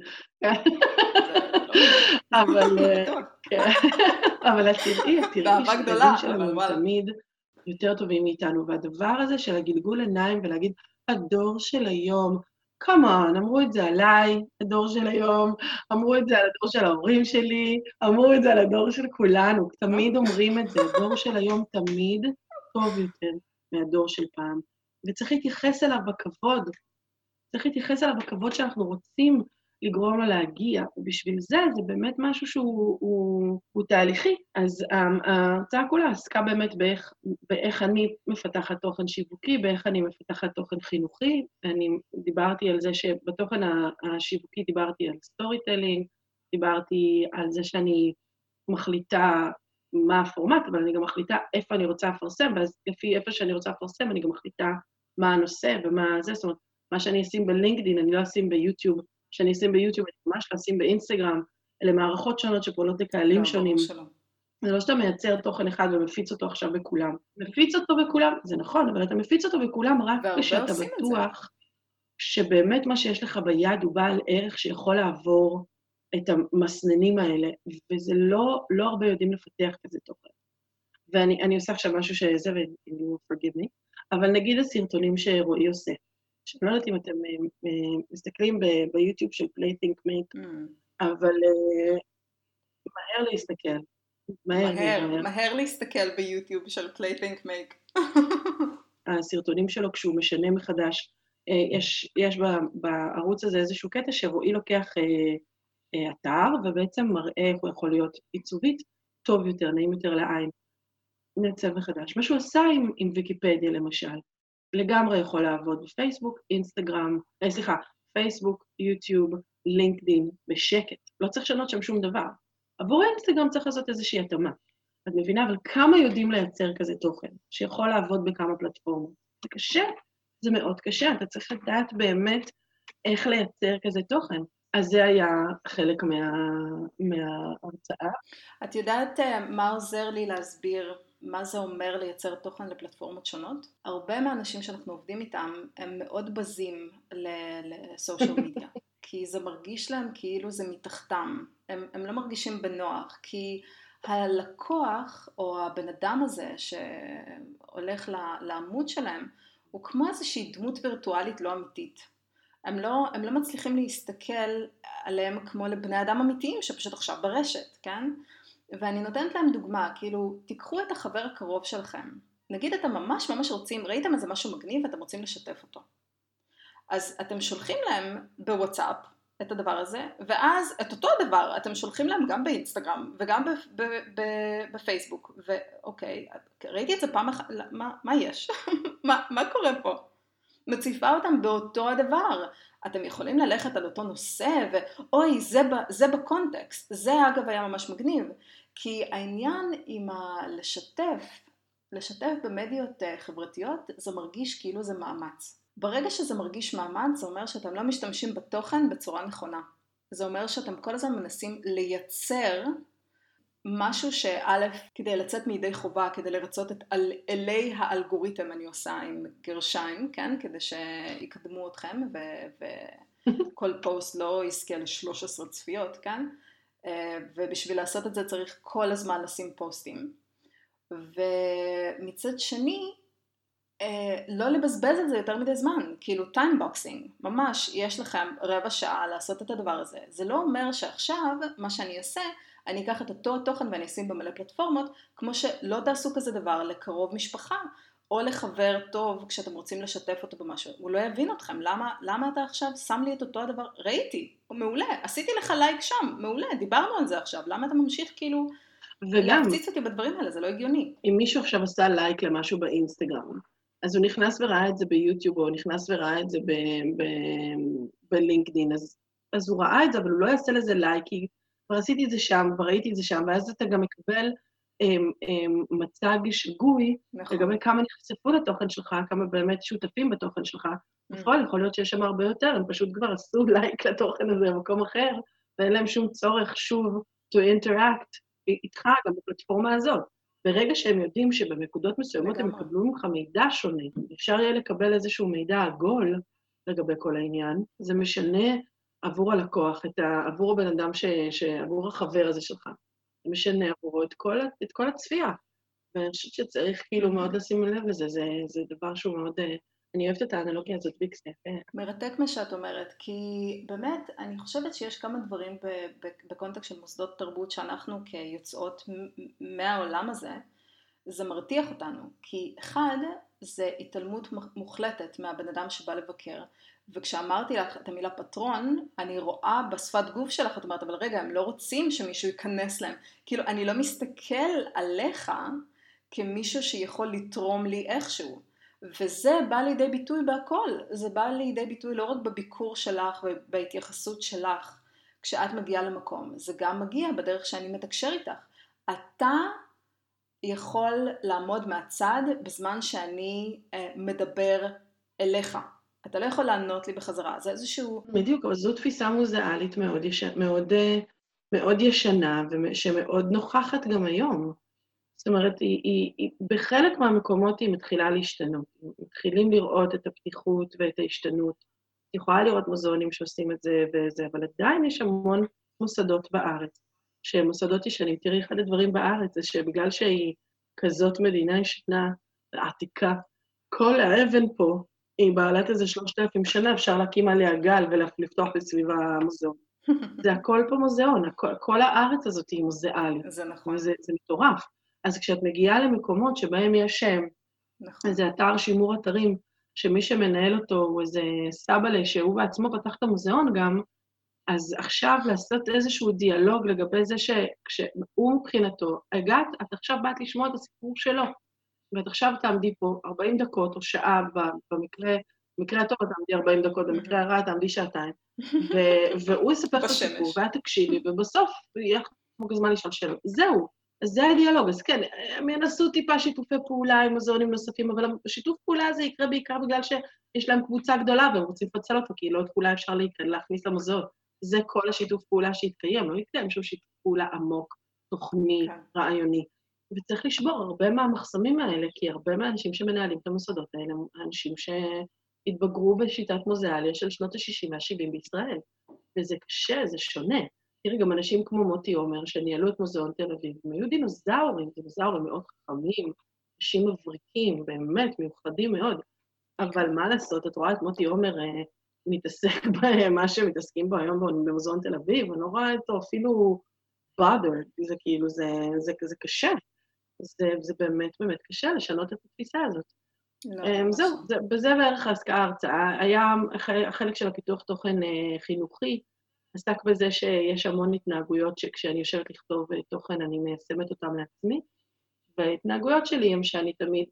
אבל את תראי שהילדים שלנו תמיד יותר טובים מאיתנו, והדבר הזה של הגלגול עיניים ולהגיד, הדור של היום, כמובן, אמרו את זה עליי, הדור של היום, אמרו את זה על הדור של ההורים שלי, אמרו את זה על הדור של כולנו, תמיד אומרים את זה, הדור של היום תמיד טוב יותר מהדור של פעם, וצריך להתייחס אליו בכבוד, צריך להתייחס אליו בכבוד שאנחנו רוצים לגרום לה להגיע, ובשביל זה זה באמת משהו שהוא תהליכי. אז ההרצאה כולה עסקה באמת באיך אני מפתחת תוכן שיווקי, באיך אני מפתחת תוכן חינוכי, ואני דיברתי על זה שבתוכן השיווקי דיברתי על סטורי טלינג, דיברתי על זה שאני מחליטה מה הפורמט, אבל אני גם מחליטה איפה אני רוצה לפרסם, ואז לפי איפה שאני רוצה לפרסם, אני גם מחליטה מה הנושא ומה זה, זאת אומרת, מה שאני אשים בלינקדין, אני לא אשים ביוטיוב, שאני אשים ביוטיוב, אני ממש לא אשים באינסטגרם, אלה מערכות שונות שפועלות לקהלים שונים. זה לא שאתה מייצר תוכן אחד ומפיץ אותו עכשיו בכולם. מפיץ אותו בכולם, זה נכון, אבל אתה מפיץ אותו בכולם רק כשאתה בטוח שבאמת מה שיש לך ביד הוא בעל ערך שיכול לעבור את המסננים האלה, וזה לא הרבה יודעים לפתח כזה תוכן. ואני עושה עכשיו משהו שזה, ו-you forgive me, אבל נגיד הסרטונים שרועי עושה, שאני לא יודעת אם אתם מסתכלים ביוטיוב של Playthink Make, אבל מהר להסתכל. מהר להסתכל ביוטיוב של Playthink Make. הסרטונים שלו כשהוא משנה מחדש, יש בערוץ הזה איזשהו קטע שרועי לוקח אתר, ובעצם מראה איך הוא יכול להיות עיצובית טוב יותר, נעים יותר לעין. נעצב מחדש. מה שהוא עשה עם ויקיפדיה למשל, לגמרי יכול לעבוד בפייסבוק, אינסטגרם, פייסבוק, יוטיוב, לינקדין, בשקט. לא צריך לשנות שם שום דבר. עבור האינסטגרם צריך לעשות איזושהי התאמה. את מבינה, אבל כמה יודעים לייצר כזה תוכן, שיכול לעבוד בכמה פלטפורמות? זה קשה, זה מאוד קשה, אתה צריך לדעת באמת איך לייצר כזה תוכן. אז זה היה חלק מההרצאה. את יודעת מה עוזר לי להסביר מה זה אומר לייצר תוכן לפלטפורמות שונות? הרבה מהאנשים שאנחנו עובדים איתם הם מאוד בזים לסושיאל מדיה, כי זה מרגיש להם כאילו זה מתחתם. הם לא מרגישים בנוח, כי הלקוח או הבן אדם הזה שהולך לעמוד שלהם, הוא כמו איזושהי דמות וירטואלית לא אמיתית. הם לא מצליחים להסתכל עליהם כמו לבני אדם אמיתיים שפשוט עכשיו ברשת, כן? ואני נותנת להם דוגמה, כאילו, תיקחו את החבר הקרוב שלכם. נגיד אתם ממש רוצים, ראיתם איזה משהו מגניב ואתם רוצים לשתף אותו. אז אתם שולחים להם בוואטסאפ את הדבר הזה, ואז את אותו הדבר אתם שולחים להם גם באינסטגרם וגם בפייסבוק. ואוקיי, ראיתי את זה פעם אחת, מה יש? מה קורה פה? מציפה אותם באותו הדבר. אתם יכולים ללכת על אותו נושא, ואוי, זה בקונטקסט. זה אגב היה ממש מגניב, כי העניין עם לשתף במדיות חברתיות, זה מרגיש כאילו זה מאמץ. ברגע שזה מרגיש מאמץ, זה אומר שאתם לא משתמשים בתוכן בצורה נכונה. זה אומר שאתם כל הזמן מנסים לייצר משהו שא', כדי לצאת מידי חובה, כדי לרצות את אלי האלגוריתם, אני עושה עם גרשיים, כן? כדי שיקדמו אתכם, וכל פוסט לא יזכה ל13 צפיות, כן? ובשביל לעשות את זה צריך כל הזמן לשים פוסטים. ומצד שני, לא לבזבז את זה יותר מדי זמן, כאילו time boxing, ממש יש לכם רבע שעה לעשות את הדבר הזה. זה לא אומר שעכשיו מה שאני אעשה, אני אקח את אותו תוכן ואני אשים במלא פלטפורמות, כמו שלא תעשו כזה דבר לקרוב משפחה, או לחבר טוב כשאתם רוצים לשתף אותו במשהו. הוא לא יבין אתכם, למה אתה עכשיו שם לי את אותו הדבר? ראיתי, מעולה, עשיתי לך לייק שם, מעולה, דיברנו על זה עכשיו, למה אתה ממשיך כאילו להפציץ אותי בדברים האלה, זה לא הגיוני. אם מישהו עכשיו עשה לייק למשהו באינסטגרם, אז הוא נכנס וראה את זה ביוטיוב, או הוא נכנס וראה את זה בלינקדין, אז הוא ראה את זה, אבל הוא לא יעשה לזה לייק, כי כבר עשיתי את זה שם, כבר ראיתי את זה שם, ואז אתה גם מקבל מצג שגוי, נכון. לגבי כמה נחשפו לתוכן שלך, כמה באמת שותפים בתוכן שלך, בפועל יכול להיות שיש שם הרבה יותר, הם פשוט כבר עשו לייק לתוכן הזה במקום אחר, ואין להם שום צורך שוב to interact איתך גם בפלטפורמה הזאת. ברגע שהם יודעים שבנקודות מסוימות הם יקבלו ממך מידע שונה, אפשר יהיה לקבל איזשהו מידע עגול לגבי כל העניין, זה משנה עבור הלקוח, עבור הבן אדם, עבור החבר הזה שלך, זה משנה עבורו את כל הצפייה. ואני חושבת שצריך כאילו מאוד לשים לב לזה, זה דבר שהוא מאוד, אני אוהבת את האנלוגיה הזאת ביקסט. מרתק מה שאת אומרת, כי באמת אני חושבת שיש כמה דברים בקונטקסט של מוסדות תרבות שאנחנו כיוצאות מהעולם הזה, זה מרתיח אותנו, כי אחד זה התעלמות מוחלטת מהבן אדם שבא לבקר, וכשאמרתי לך את המילה פטרון, אני רואה בשפת גוף שלך, את אומרת, אבל רגע, הם לא רוצים שמישהו ייכנס להם, כאילו אני לא מסתכל עליך כמישהו שיכול לתרום לי איכשהו, וזה בא לידי ביטוי בהכל, זה בא לידי ביטוי לא רק בביקור שלך ובהתייחסות שלך, כשאת מגיעה למקום, זה גם מגיע בדרך שאני מתקשר איתך. אתה יכול לעמוד מהצד בזמן שאני מדבר אליך. אתה לא יכול לענות לי בחזרה, זה איזשהו... בדיוק, אבל זו תפיסה מוזיאלית מאוד מאוד ישנה, ושמאוד נוכחת גם היום. זאת אומרת, בחלק מהמקומות היא מתחילה להשתנות. מתחילים לראות את הפתיחות ואת ההשתנות. את יכולה לראות מוזיאונים שעושים את זה וזה, אבל עדיין יש המון מוסדות בארץ, שהם מוסדות ישנים. תראי, אחד הדברים בארץ זה שבגלל שהיא כזאת מדינה ישנה, עתיקה, כל האבן פה, היא בעלת איזה 3,000 שנה, אפשר להקים עליה גל ולפתוח בסביב המוזיאון. זה הכל פה מוזיאון, כל הארץ הזאת היא מוזיאלית. זה נכון. וזה מטורף. אז כשאת מגיעה למקומות שבהם יש נכון. איזה אתר שימור אתרים, שמי שמנהל אותו הוא איזה סבאלה שהוא בעצמו פתח את המוזיאון גם, אז עכשיו לעשות איזשהו דיאלוג לגבי זה שכשהוא מבחינתו, את עכשיו באת לשמוע את הסיפור שלו, ואת עכשיו תעמדי פה 40 דקות או שעה, במקרה הטוב תעמדי 40 דקות, במקרה הרע תעמדי שעתיים, והוא יספר את הסיפור, ואת תקשיבי, ובסוף יהיה כמו זמן לשאול שאלות. זהו, אז זה הדיאלוג. אז כן, הם ינסו טיפה שיתופי פעולה עם מוזיאונים נוספים, אבל השיתוף פעולה הזה יקרה בעיקר בגלל שיש להם קבוצה גדולה, והם רוצים לפצל אותו, כי לא את כולה אפשר להכניס למוזיאון. זה כל השיתוף פעולה שהתקיים, לא יתקיים שום שיתוף פעולה עמוק, תוכני, רעיוני. וצריך לשבור הרבה מהמחסמים האלה, כי הרבה מהאנשים שמנהלים את המוסדות האלה הם אנשים שהתבגרו בשיטת מוזיאליה של שנות ה-60 וה-70 בישראל. וזה קשה, זה שונה. תראי, גם אנשים כמו מוטי עומר, שניהלו את מוזיאון תל אביב, הם היו דינוזאורים מאוד חכמים, אנשים מבריקים, באמת מיוחדים מאוד. אבל מה לעשות, את רואה את מוטי עומר מתעסק במה שמתעסקים בו היום במוזיאון תל אביב, אני לא רואה אותו אפילו bothered, זה כאילו, זה קשה. זה באמת קשה לשנות את התפיסה הזאת. זהו, בזה בערך ההרצאה. היה החלק של הפיתוח תוכן חינוכי, עסק בזה שיש המון התנהגויות שכשאני יושבת לכתוב תוכן אני מיישמת אותם לעצמי, וההתנהגויות שלי הן שאני תמיד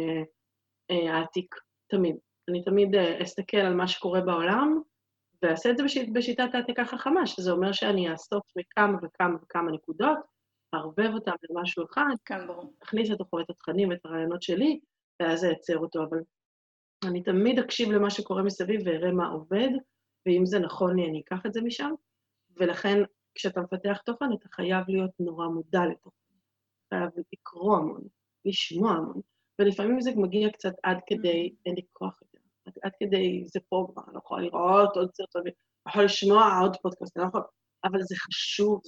העתיק, תמיד. אני תמיד אסתכל על מה שקורה בעולם, ואעשה את זה בשיטת העתיקה חכמה, שזה אומר שאני אאסוף מכמה וכמה נקודות, אערבב אותם למשהו אחד, אכניס לתוכו את התכנים ואת הרעיונות שלי, ואז אעצר אותו, אבל אני תמיד אקשיב למה שקורה מסביב ואראה מה עובד, ואם זה נכון לי, אני אקח את זה משם, ולכן כשאתה מפתח תוכן, אתה חייב להיות נורא מודע לתוכן. חייב לקרוא המון, לשמוע המון, ולפעמים זה מגיע קצת עד כדי, אין לי כוח יותר, עד כדי זה פה, אני לא יכולה לראות עוד סרטונים, אני יכולה לשמוע עוד פודקאסט, אבל זה חשוב,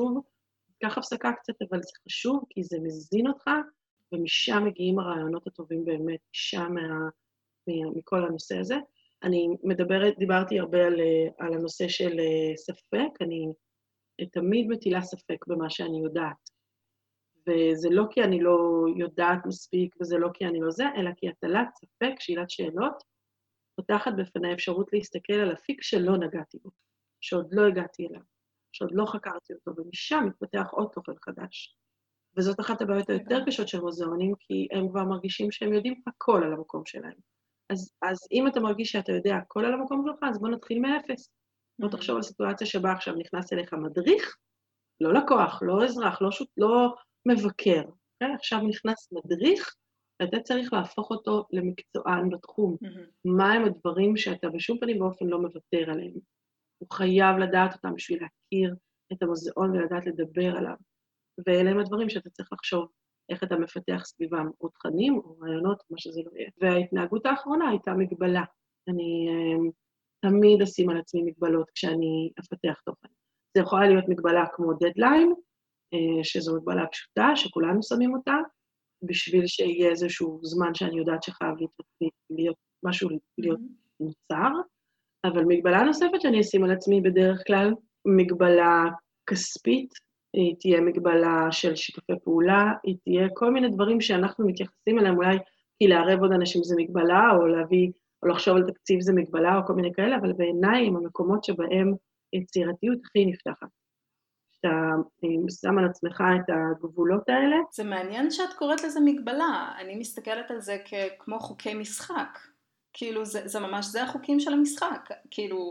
קח הפסקה קצת, אבל זה חשוב, כי זה מזין אותך, ומשם מגיעים הרעיונות הטובים באמת, משם מכל הנושא הזה. אני דיברתי הרבה על הנושא של ספק, אני תמיד מטילה ספק במה שאני יודעת. וזה לא כי אני לא יודעת מספיק, וזה לא כי אני לא זה, אלא כי הטלת ספק, שאלת שאלות, פותחת בפני אפשרות להסתכל על אפיק שלא נגעתי בו, שעוד לא הגעתי אליו, שעוד לא חקרתי אותו, ומשם מתפתח עוד תוכן חדש. וזאת אחת הבעיות היותר קשות של מוזיאונים, כי הם כבר מרגישים שהם יודעים הכל על המקום שלהם. אז אם אתה מרגיש שאתה יודע הכל על המקום שלך, אז בוא נתחיל מאפס. בוא תחשוב על סיטואציה שבה עכשיו נכנס אליך מדריך, לא לקוח, לא אזרח, לא מבקר. עכשיו נכנס מדריך, ואתה צריך להפוך אותו למקצוען בתחום. מה הם הדברים שאתה בשום פנים באופן לא מוותר עליהם? הוא חייב לדעת אותם בשביל להכיר את המוזיאון ולדעת לדבר עליו. ואלה הם הדברים שאתה צריך לחשוב איך אתה מפתח סביבם, או תכנים, או רעיונות, מה שזה לא יהיה. וההתנהגות האחרונה הייתה מגבלה. אני תמיד אשים על עצמי מגבלות כשאני אפתח תוכן. זה יכולה להיות מגבלה כמו דדליין, שזו מגבלה פשוטה, שכולנו שמים אותה, בשביל שיהיה איזשהו זמן שאני יודעת שחייב להיות משהו להיות נוצר, אבל מגבלה נוספת שאני אשים על עצמי בדרך כלל, מגבלה כספית, היא תהיה מגבלה של שיתופי פעולה, היא תהיה כל מיני דברים שאנחנו מתייחסים אליהם, אולי כי לערב עוד אנשים זה מגבלה, או לחשוב על תקציב זה מגבלה, או כל מיני כאלה, אבל בעיניי הם המקומות שבהם יצירתיות הכי נפתחת. שאתה שם על עצמך את הגבולות האלה. זה מעניין שאת קוראת לזה מגבלה, אני מסתכלת על זה כמו חוקי משחק, כאילו זה ממש, זה החוקים של המשחק, כאילו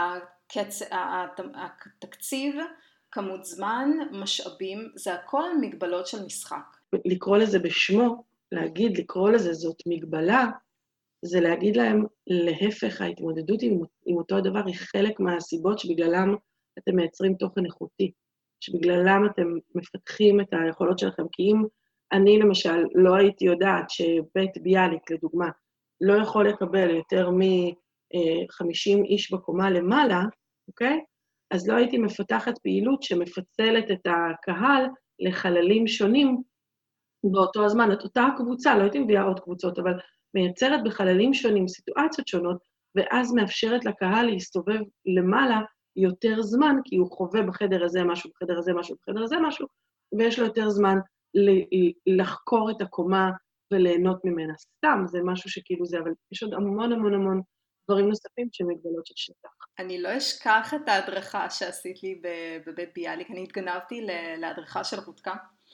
התקציב, כמות זמן, משאבים, זה הכל מגבלות של משחק. לקרוא לזה בשמו, לקרוא לזה זאת מגבלה, זה להגיד להם להפך, ההתמודדות עם אותו הדבר היא חלק מהסיבות שבגללם אתם מייצרים תוכן איכותי. שבגללם אתם מפתחים את היכולות שלכם, כי אם אני למשל לא הייתי יודעת שבית ביאליק, לדוגמה, לא יכול לקבל יותר מ-50 איש בקומה למעלה, אוקיי? אז לא הייתי מפתחת פעילות שמפצלת את הקהל לחללים שונים באותו הזמן. את אותה קבוצה, לא הייתי מביאה עוד קבוצות, אבל מייצרת בחללים שונים סיטואציות שונות, ואז מאפשרת לקהל להסתובב למעלה יותר זמן, כי הוא חווה בחדר הזה משהו, בחדר הזה משהו, בחדר הזה משהו, ויש לו יותר זמן לחקור את הקומה וליהנות ממנה. סתם, זה משהו שכאילו זה, אבל יש עוד המון המון המון דברים נוספים שהם מגבלות של שטח. אני לא אשכח את ההדרכה שעשית לי בבית ביאליק, אני התגנבתי להדרכה של רותקה,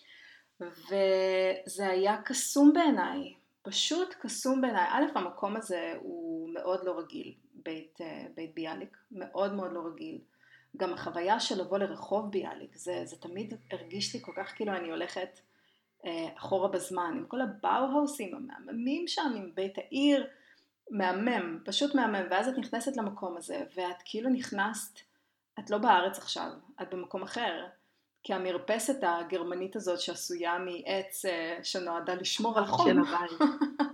וזה היה קסום בעיניי, פשוט קסום בעיניי. א', המקום הזה הוא מאוד לא רגיל, בית ביאליק, מאוד מאוד לא רגיל. גם החוויה של לבוא לרחוב ביאליק, זה תמיד הרגיש לי כל כך כאילו אני הולכת אחורה בזמן, עם כל הבאו-האוסים המהממים שם, עם בית העיר, מהמם, פשוט מהמם, ואז את נכנסת למקום הזה, ואת כאילו נכנסת, את לא בארץ עכשיו, את במקום אחר, כי המרפסת הגרמנית הזאת שעשויה מעץ שנועדה לשמור על חום, של הבית.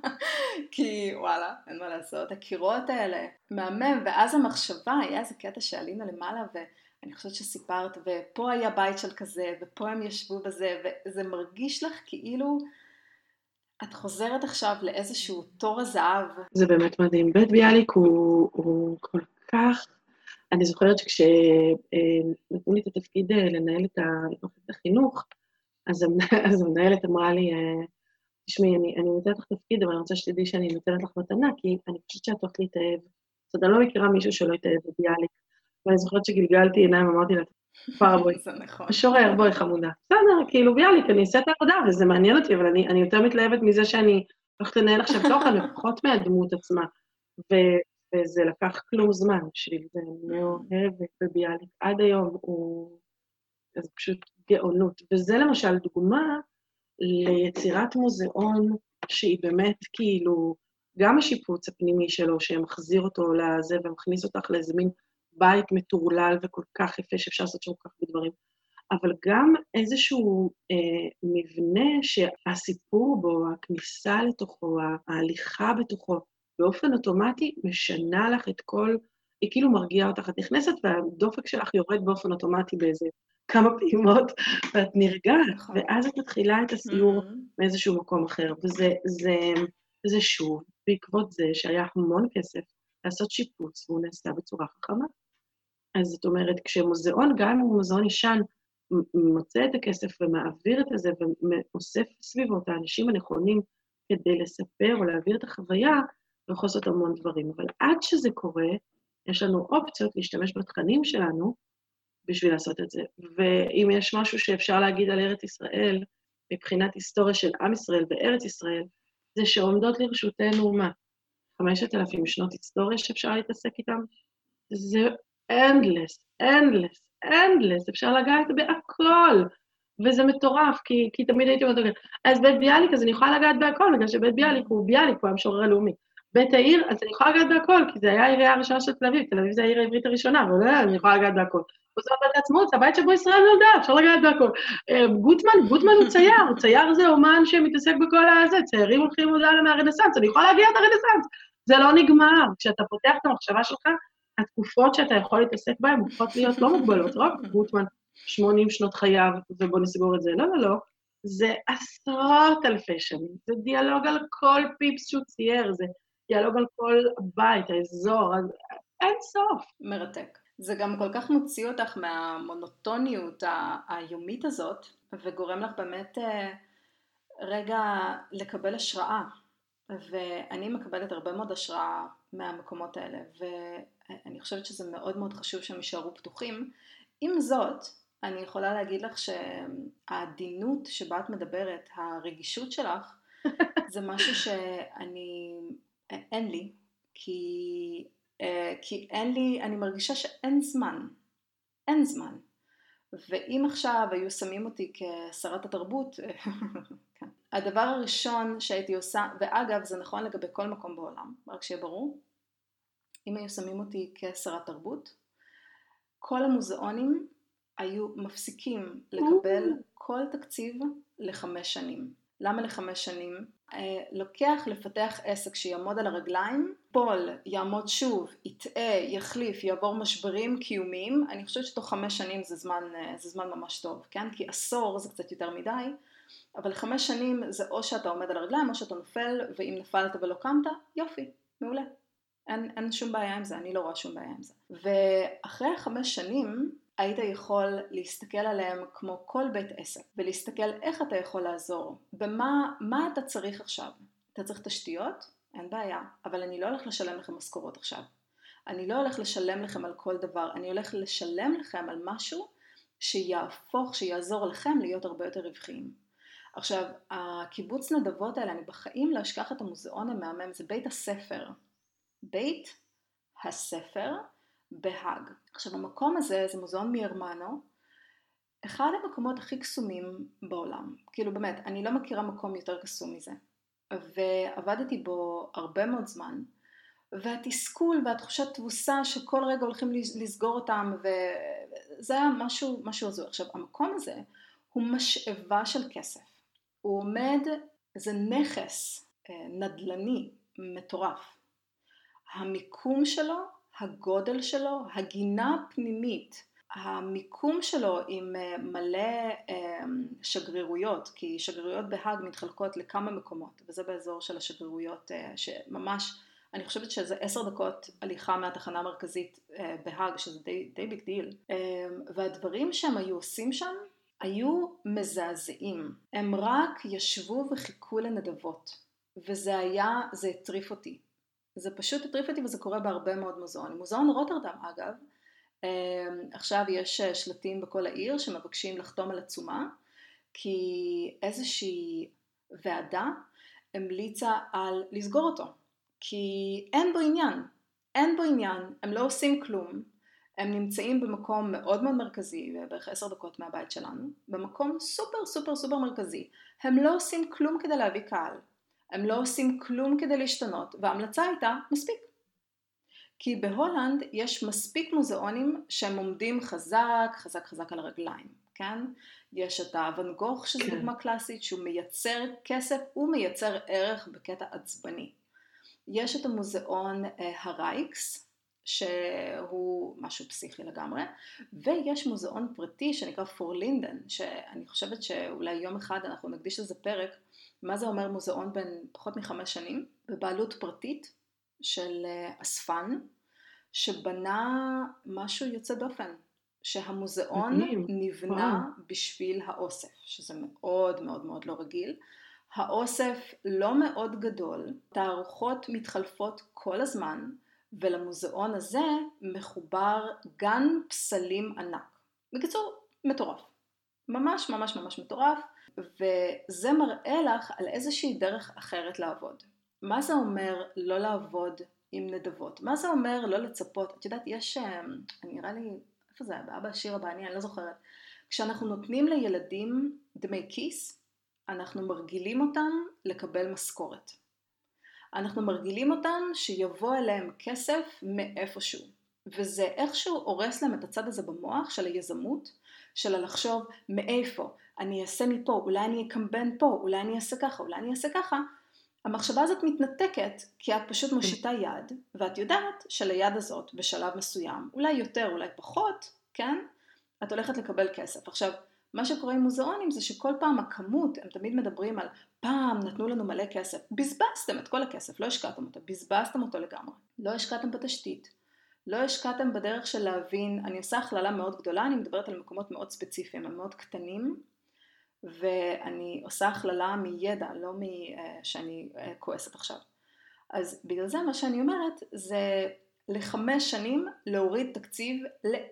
כי וואלה, אין מה לעשות, הקירות האלה, מהמם, ואז המחשבה, היה איזה קטע שעלינו למעלה, ואני חושבת שסיפרת, ופה היה בית של כזה, ופה הם ישבו בזה, וזה מרגיש לך כאילו, את חוזרת עכשיו לאיזשהו תור הזהב. זה באמת מדהים. בית ביאליק הוא כל כך... אני זוכרת שכשנתנו לי את התפקיד לנהל את החינוך, אז המנהלת אמרה לי, תשמעי, אני נותנת לך תפקיד, אבל אני רוצה שתדעי שאני נותנת לך מתנה, כי אני חושבת שאת הולכת להתאהב. זאת אומרת, אני לא מכירה מישהו שלא יתאהב בביאליק. ואני זוכרת שגלגלתי עיניים, אמרתי לה, פרה בואי. זה נכון. משורר, בואי חמודה. בסדר, כאילו ביאליק, אני אעשה את העבודה, וזה מעניין אותי, אבל אני יותר מתלהבת מזה שאני הולכת לנהל עכשיו תוכן, לפחות מהדמות עצמה. וזה לקח כלום זמן בשביל זה, אני אוהבת בביאליק. עד היום זה פשוט גאונות. וזה למשל דוגמה ליצירת מוזיאון שהיא באמת כאילו, גם השיפוץ הפנימי שלו, שמחזיר אותו לזה ומכניס אותך לאיזה מין בית מטורלל וכל כך יפה שאפשר לעשות שם כל כך בדברים, אבל גם איזשהו מבנה שהסיפור בו, הכניסה לתוכו, ההליכה בתוכו, באופן אוטומטי משנה לך את כל, היא כאילו מרגיעה אותך, את נכנסת והדופק שלך יורד באופן אוטומטי באיזה כמה פעימות, ואת נרגעת, ואז את מתחילה את הסיור מאיזשהו מקום אחר, וזה שוב, בעקבות זה שהיה המון כסף לעשות שיפוץ, והוא נעשה בצורה חכמה. אז זאת אומרת, כשמוזיאון, גם אם הוא מוזיאון ישן, מוצא את הכסף ומעביר את זה, ואוסף סביבו את האנשים הנכונים כדי לספר או להעביר את החוויה, ויכול לעשות המון דברים. אבל עד שזה קורה, יש לנו אופציות להשתמש בתכנים שלנו בשביל לעשות את זה. ואם יש משהו שאפשר להגיד על ארץ ישראל, מבחינת היסטוריה של עם ישראל וארץ ישראל, זה שעומדות לרשותנו מה? 5,000 שנות היסטוריה שאפשר להתעסק איתם? זה endless, אפשר לגעת בהכל, וזה מטורף, כי תמיד הייתי אומרת, אז בית ביאליק, אז אני יכולה לגעת בהכל, בגלל שבית ביאליק הוא ביאליק, הוא המשורר הלאומי. בית העיר, אז אני יכולה לגעת בהכל, כי זה היה העירייה הראשונה של תל אביב, תל אביב זה העיר העברית הראשונה, אבל אני יכולה לגעת בהכל. וזה בית העצמאות, זה הבית שבו ישראל נולדה, אפשר לגעת בהכל. גוטמן הוא צייר, צייר זה אומן שמתעסק בכל הזה, ציירים הולכים מודע מהרנסנס, אני יכולה להגיע את הרנסנס, זה לא נגמר, כשאתה פותח את המחשבה שלך, התקופות שאתה יכול להתעסק בהן הופכות להיות לא מוגבלות, רק גוטמן 80 שנות חייו, ובוא נסגור את זה, לא, זה עשרות אלפי שנים, זה דיאלוג על כל פיפס שהוא צייר, זה דיאלוג על כל הבית, האזור, אין סוף. מרתק. זה גם כל כך מוציא אותך מהמונוטוניות היומית הזאת, וגורם לך באמת רגע לקבל השראה, ואני מקבלת הרבה מאוד השראה מהמקומות האלה, ואני חושבת שזה מאוד מאוד חשוב שהם יישארו פתוחים. עם זאת, אני יכולה להגיד לך שהעדינות שבה את מדברת, הרגישות שלך, זה משהו אין לי, כי אין לי, אני מרגישה שאין זמן, אין זמן. ואם עכשיו היו שמים אותי כשרת התרבות, הדבר הראשון שהייתי עושה, ואגב זה נכון לגבי כל מקום בעולם, רק שיהיה ברור, אם היו שמים אותי כשרת תרבות, כל המוזיאונים היו מפסיקים לקבל כל תקציב ל5 שנים. למה ל5 שנים? לוקח לפתח עסק שיעמוד על הרגליים, פול, יעמוד שוב, יטעה, יחליף, יעבור משברים קיומיים, אני חושבת שתוך 5 שנים זה זמן ממש טוב, כן? כי עשור זה קצת יותר מדי, אבל 5 שנים זה או שאתה עומד על הרגליים או שאתה נופל, ואם נפלת ולא קמת, יופי, מעולה. אין שום בעיה עם זה, אני לא רואה שום בעיה עם זה. ואחרי 5 שנים, היית יכול להסתכל עליהם כמו כל בית עסק, ולהסתכל איך אתה יכול לעזור, מה אתה צריך עכשיו. אתה צריך תשתיות? אין בעיה, אבל אני לא הולך לשלם לכם משכורות עכשיו. אני לא הולך לשלם לכם על כל דבר, אני הולך לשלם לכם על משהו שיעזור לכם להיות הרבה יותר רווחיים. עכשיו, הקיבוץ נדבות האלה, אני בחיים לא אשכח את המוזיאון המהמם, זה בית הספר. בית הספר בהאג. עכשיו, המקום הזה, זה מוזיאון מירמנו, אחד המקומות הכי קסומים בעולם. כאילו באמת, אני לא מכירה מקום יותר קסום מזה. ועבדתי בו הרבה מאוד זמן, והתסכול והתחושת תבוסה שכל רגע הולכים לסגור אותם, וזה היה משהו הזוי. עכשיו, המקום הזה הוא משאבה של כסף. הוא עומד, זה נכס נדל"ני מטורף. המיקום שלו, הגודל שלו, הגינה הפנימית, המיקום שלו עם מלא שגרירויות, כי שגרירויות בהאג מתחלקות לכמה מקומות, וזה באזור של השגרירויות שממש, אני חושבת שזה 10 דקות הליכה מהתחנה המרכזית בהאג, שזה די ביג דיל. והדברים שהם היו עושים שם היו מזעזעים. הם רק ישבו וחיכו לנדבות, וזה הטריף אותי. זה פשוט הטריף אותי, וזה קורה בהרבה מאוד מוזיאונים. מוזיאון רוטרדם, אגב, עכשיו יש שלטים בכל העיר שמבקשים לחתום על עצומה, כי איזושהי ועדה המליצה על לסגור אותו, כי אין בו עניין, הם לא עושים כלום, הם נמצאים במקום מאוד מאוד מרכזי, בערך 10 דקות מהבית שלנו, במקום סופר מרכזי, הם לא עושים כלום כדי להביא קהל, הם לא עושים כלום כדי להשתנות, וההמלצה הייתה מספיק. כי בהולנד יש מספיק מוזיאונים שהם עומדים חזק על הרגליים, כן? יש את ואן גוך, שזו דוגמה קלאסית, שהוא מייצר כסף, הוא מייצר ערך בקטע עצבני. יש את המוזיאון הרייקס, שהוא משהו פסיכי לגמרי, ויש מוזיאון פרטי שנקרא פורלינדן, שאני חושבת שאולי יום אחד אנחנו נקדיש לזה פרק, מה זה אומר מוזיאון בין פחות מ5 שנים, בבעלות פרטית של אספן, שבנה משהו יוצא דופן, שהמוזיאון נבנה בשביל האוסף, שזה מאוד מאוד מאוד לא רגיל. האוסף לא מאוד גדול, תערוכות מתחלפות כל הזמן, ולמוזיאון הזה מחובר גן פסלים ענק. בקיצור, מטורף. ממש מטורף, וזה מראה לך על איזושהי דרך אחרת לעבוד. מה זה אומר לא לעבוד עם נדבות? מה זה אומר לא לצפות? את יודעת, יש, נראה לי, איפה זה היה? באבא השיר הבאני, אני לא זוכרת. כשאנחנו נותנים לילדים דמי כיס, אנחנו מרגילים אותם לקבל משכורת. אנחנו מרגילים אותם שיבוא אליהם כסף מאיפשהו. וזה איכשהו הורס להם את הצד הזה במוח של היזמות, של לחשוב מאיפה, אני אעשה מפה, אולי אני אקמבן פה, אולי אני אעשה ככה, אולי אני אעשה ככה. המחשבה הזאת מתנתקת כי את פשוט מושיטה יד, ואת יודעת שליד הזאת בשלב מסוים, אולי יותר, אולי פחות, כן? את הולכת לקבל כסף. עכשיו, מה שקורה עם מוזיאונים זה שכל פעם הכמות, הם תמיד מדברים על פעם נתנו לנו מלא כסף, בזבזתם את כל הכסף, לא השקעתם אותו, בזבזתם אותו לגמרי. לא השקעתם בתשתית, לא השקעתם בדרך של להבין, אני עושה הכללה מאוד גדולה, אני מדברת על מקומות מאוד ספציפיים, הם מאוד קטנים, ואני עושה הכללה מידע, לא שאני כועסת עכשיו. אז בגלל זה מה שאני אומרת, זה ל5 שנים להוריד תקציב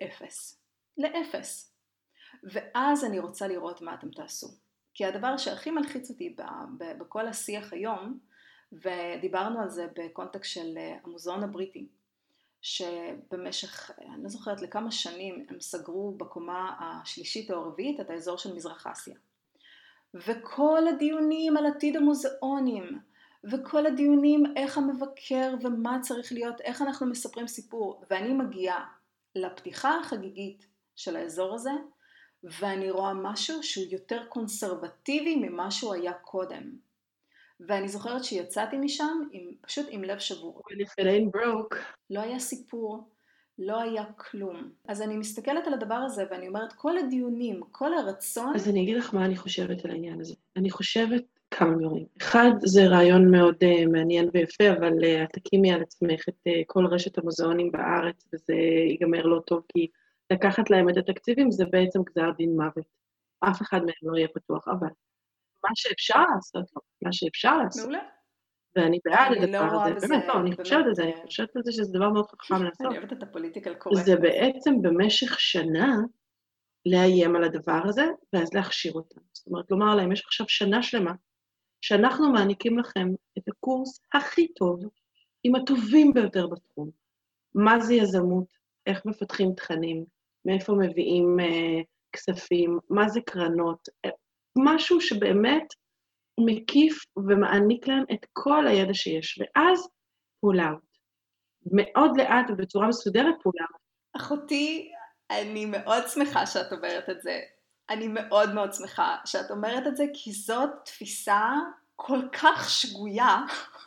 לאפס. ואז אני רוצה לראות מה אתם תעשו. כי הדבר שהכי מלחיץ אותי בכל השיח היום, ודיברנו על זה בקונטקסט של המוזיאון הבריטי, שבמשך, אני לא זוכרת לכמה שנים, הם סגרו בקומה השלישית או הרביעית את האזור של מזרח אסיה. וכל הדיונים על עתיד המוזיאונים, וכל הדיונים איך המבקר ומה צריך להיות, איך אנחנו מספרים סיפור, ואני מגיעה לפתיחה החגיגית של האזור הזה, ואני רואה משהו שהוא יותר קונסרבטיבי ממה שהוא היה קודם. ואני זוכרת שיצאתי משם פשוט עם לב שבור. When if it ain't broke. לא היה סיפור, לא היה כלום. אז אני מסתכלת על הדבר הזה ואני אומרת, כל הדיונים, כל הרצון... אז אני אגיד לך מה אני חושבת על העניין הזה. אני חושבת כמה דברים. אחד, זה רעיון מאוד מעניין ויפה, אבל את תקימי על עצמך את כל רשת המוזיאונים בארץ, וזה ייגמר לא טוב, כי לקחת להם את התקציבים זה בעצם גזר דין מוות. אף אחד מהם לא יהיה פתוח, אבל מה שאפשר לעשות, מה שאפשר לעשות. מעולה. ואני בעד הדבר הזה, באמת, לא, אני חושבת על זה, אני חושבת על זה שזה דבר מאוד חכם לעשות. אני אוהבת את הפוליטיקל קורקט. זה בעצם במשך שנה לאיים על הדבר הזה, ואז להכשיר אותם. זאת אומרת, לומר להם, יש עכשיו שנה שלמה, שאנחנו מעניקים לכם את הקורס הכי טוב, עם הטובים ביותר בתחום. מה זה יזמות, איך מפתחים תכנים, מאיפה מביאים כספים, מה זה קרנות, משהו שבאמת מקיף ומעניק להם את כל הידע שיש, ואז pull out. מאוד לאט ובצורה מסודרת pull out. אחותי, אני מאוד שמחה שאת אומרת את זה. אני מאוד מאוד שמחה שאת אומרת את זה, כי זאת תפיסה כל כך שגויה,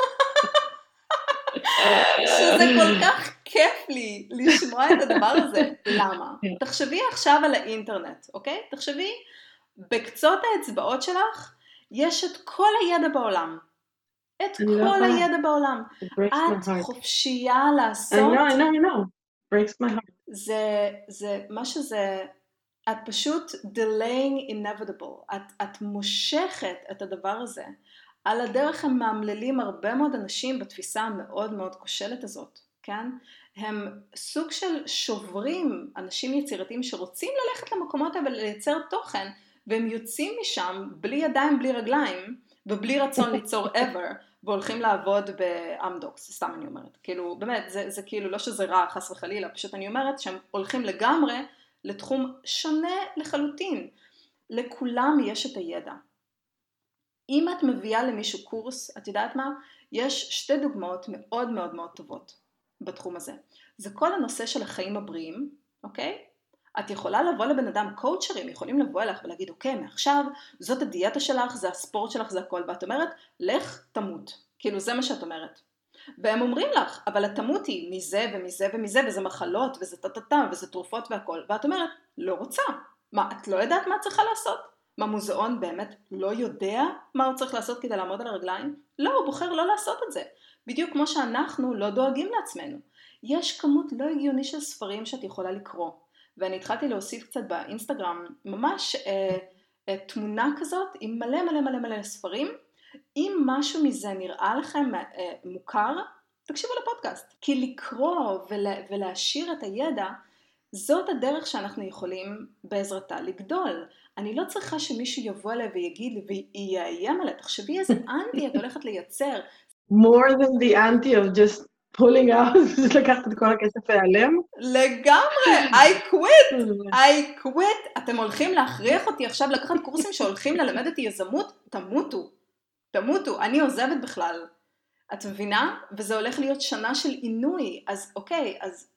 שזה כל כך כיף לי לשמוע את הדבר הזה. למה? תחשבי עכשיו על האינטרנט, אוקיי? תחשבי, בקצות האצבעות שלך, יש את כל הידע בעולם. את כל הידע בעולם. את חופשייה לעשות... I know. breaks my heart. זה מה שזה, את פשוט delaying inevitable, את מושכת את הדבר הזה. על הדרך הם מאמללים הרבה מאוד אנשים בתפיסה המאוד מאוד כושלת הזאת, כן? הם סוג של שוברים, אנשים יצירתיים שרוצים ללכת למקומות האלה ולייצר תוכן, והם יוצאים משם בלי ידיים, בלי רגליים, ובלי רצון ליצור ever, והולכים לעבוד באמדוקס, סתם אני אומרת. כאילו, באמת, זה כאילו לא שזה רע, חס וחלילה, פשוט אני אומרת שהם הולכים לגמרי לתחום שונה לחלוטין. לכולם יש את הידע. אם את מביאה למישהו קורס, את יודעת מה? יש שתי דוגמאות מאוד מאוד מאוד טובות בתחום הזה. זה כל הנושא של החיים הבריאים, אוקיי? את יכולה לבוא לבן אדם, קואוצ'רים יכולים לבוא אליך ולהגיד, אוקיי, מעכשיו זאת הדיאטה שלך, זה הספורט שלך, זה הכל, ואת אומרת, לך תמות. כאילו זה מה שאת אומרת. והם אומרים לך, אבל את תמותי מזה ומזה ומזה, וזה מחלות, וזה טטטה, וזה תרופות והכל, ואת אומרת, לא רוצה. מה, את לא יודעת מה את צריכה לעשות? מה, מוזיאון באמת לא יודע מה הוא צריך לעשות כדי לעמוד על הרגליים? לא, הוא בוחר לא לעשות את זה. בדיוק כמו שאנחנו לא דואגים לעצמנו. יש כמות לא הגיוני של ספרים שאת יכולה לקרוא. ואני התחלתי להוסיף קצת באינסטגרם, ממש תמונה כזאת עם מלא מלא מלא מלא ספרים. אם משהו מזה נראה לכם מוכר, תקשיבו לפודקאסט. כי לקרוא ולהשאיר את הידע, זאת הדרך שאנחנו יכולים בעזרתה לגדול. אני לא צריכה שמישהו יבוא אליי ויגיד לי ויאיים עליי, תחשבי איזה אנטי את הולכת לייצר. More than the anti of just pulling out, לקחת את כל הכסף והעלם? לגמרי, I quit. אתם הולכים להכריח אותי עכשיו לקחת קורסים שהולכים ללמד אותי יזמות? תמותו, אני עוזבת בכלל. את מבינה? וזה הולך להיות שנה של עינוי, אז אוקיי, אז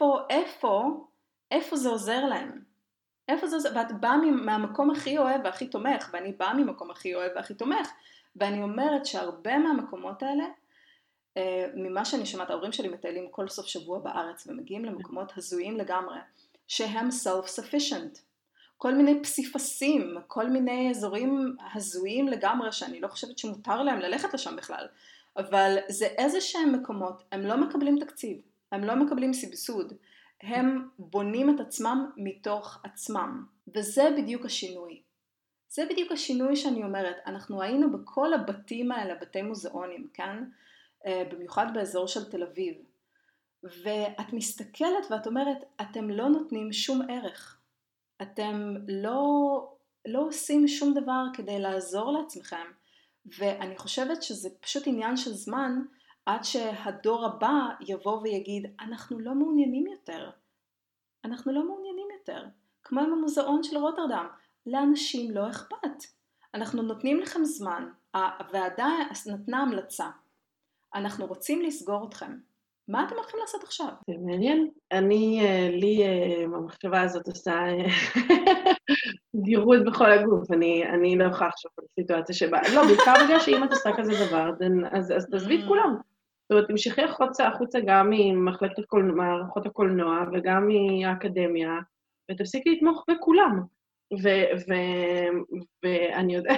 איפה זה עוזר להם? איפה זה עוזר? ואת באה מהמקום הכי אוהב והכי תומך, ואני באה ממקום הכי אוהב והכי תומך, ואני אומרת שהרבה מהמקומות האלה, ממה שאני שמעת, ההורים שלי מטיילים כל סוף שבוע בארץ, ומגיעים למקומות הזויים לגמרי, שהם self-sufficient. כל מיני פסיפסים, כל מיני אזורים הזויים לגמרי, שאני לא חושבת שמותר להם ללכת לשם בכלל. אבל זה איזה שהם מקומות, הם לא מקבלים תקציב, הם לא מקבלים סבסוד, הם בונים את עצמם מתוך עצמם. וזה בדיוק השינוי. זה בדיוק השינוי שאני אומרת, אנחנו היינו בכל הבתים האלה, בתי מוזיאונים, כאן, במיוחד באזור של תל אביב. ואת מסתכלת ואת אומרת, אתם לא נותנים שום ערך. אתם לא עושים שום דבר כדי לעזור לעצמכם. ואני חושבת שזה פשוט עניין של זמן, עד שהדור הבא יבוא ויגיד, אנחנו לא מעוניינים יותר. אנחנו לא מעוניינים יותר. כמו עם המוזיאון של רוטרדם, לאנשים לא אכפת. אנחנו נותנים לכם זמן, הוועדה נתנה המלצה. אנחנו רוצים לסגור אתכם. מה אתם הולכים לעשות עכשיו? זה מעניין. לי המחשבה הזאת עושה גירות בכל הגוף. אני לא יכולה לחשוב על סיטואציה שבה, לא, בעיקר בגלל שאם את עושה כזה דבר, אז תעזבי את כולם. זאת אומרת, תמשכי החוצה גם ממערכות הקולנוע וגם מהאקדמיה, ותפסיקי לתמוך בכולם. ואני יודעת,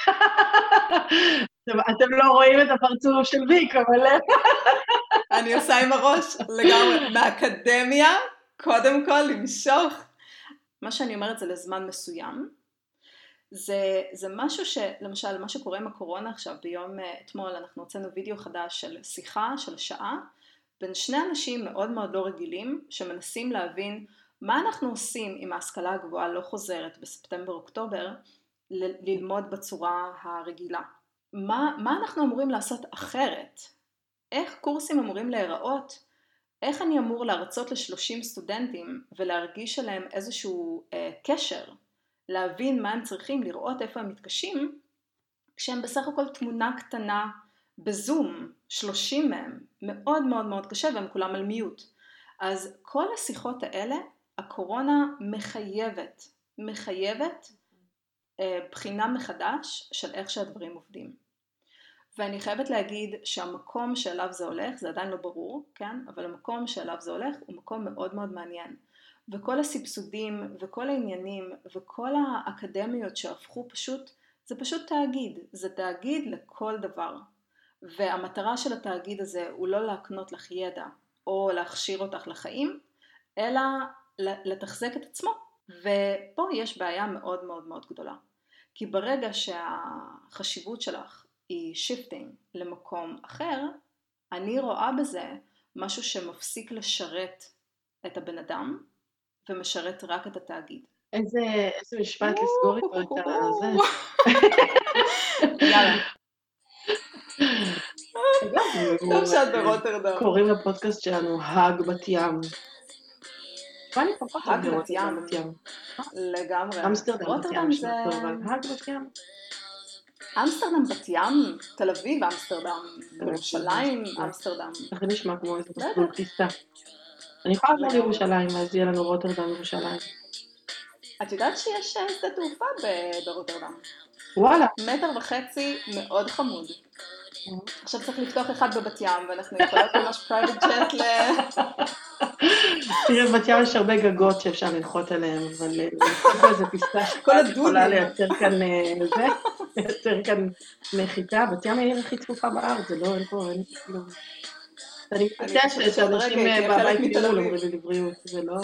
אתם לא רואים את הפרצוף של ויק, אבל... אני עושה עם הראש לגמרי. מהאקדמיה, קודם כל למשוך. מה שאני אומרת זה לזמן מסוים. זה משהו למשל, מה שקורה עם הקורונה עכשיו, אתמול אנחנו הוצאנו וידאו חדש של שיחה, של שעה, בין שני אנשים מאוד מאוד לא רגילים, שמנסים להבין מה אנחנו עושים אם ההשכלה הגבוהה לא חוזרת בספטמבר-אוקטובר, ללמוד בצורה הרגילה. מה אנחנו אמורים לעשות אחרת? איך קורסים אמורים להיראות? איך אני אמור להרצות ל30 סטודנטים ולהרגיש עליהם איזשהו קשר, להבין מה הם צריכים, לראות איפה הם מתקשים, כשהם בסך הכל תמונה קטנה בזום, 30 מהם, מאוד מאוד מאוד קשה והם כולם על מיוט. אז כל השיחות האלה, הקורונה מחייבת בחינה מחדש של איך שהדברים עובדים. ואני חייבת להגיד שהמקום שאליו זה הולך, זה עדיין לא ברור, כן? אבל המקום שאליו זה הולך הוא מקום מאוד מאוד מעניין. וכל הסבסודים וכל העניינים וכל האקדמיות שהפכו זה פשוט תאגיד. זה תאגיד לכל דבר. והמטרה של התאגיד הזה הוא לא להקנות לך ידע או להכשיר אותך לחיים, אלא לתחזק את עצמו. ופה יש בעיה מאוד מאוד מאוד גדולה. כי ברגע שהחשיבות שלך היא שיפטינג למקום אחר, אני רואה בזה משהו שמפסיק לשרת את הבן אדם, ומשרת רק את התאגיד. איזה משפט לסגור איתו את זה. יאללה. טוב שאת ברוטרדם. קוראים לפודקאסט שלנו האג בת ים. האג בת ים. לגמרי. אמסטרדם בת ים שמע טוב, אבל האג בת ים. אמסטרדם בת ים, תל אביב אמסטרדם, ירושלים אמסטרדם. זה נשמע כמו איזה מסלול טיסה. אני יכולה לעבור לירושלים, אז יהיה לנו רוטרדם ירושלים. את יודעת שיש שדה תעופה ברוטרדם? וואלה. 1.5 מטר, מאוד חמוד. עכשיו צריך לפתוח אחד בבת ים, ואנחנו יכולות ממש פרייבט ג'ט תראה, בבת ים יש הרבה גגות שאפשר לנחות עליהם, אבל לנחות איזה פיסה שאת יכולה לייצר כאן נחיתה. בת ים היא העיר הכי צפופה בארץ, זה לא, אין פה, אין כלום. אני חושבת שאנשים בבית ניהול אומרים לי לבריאות, זה לא...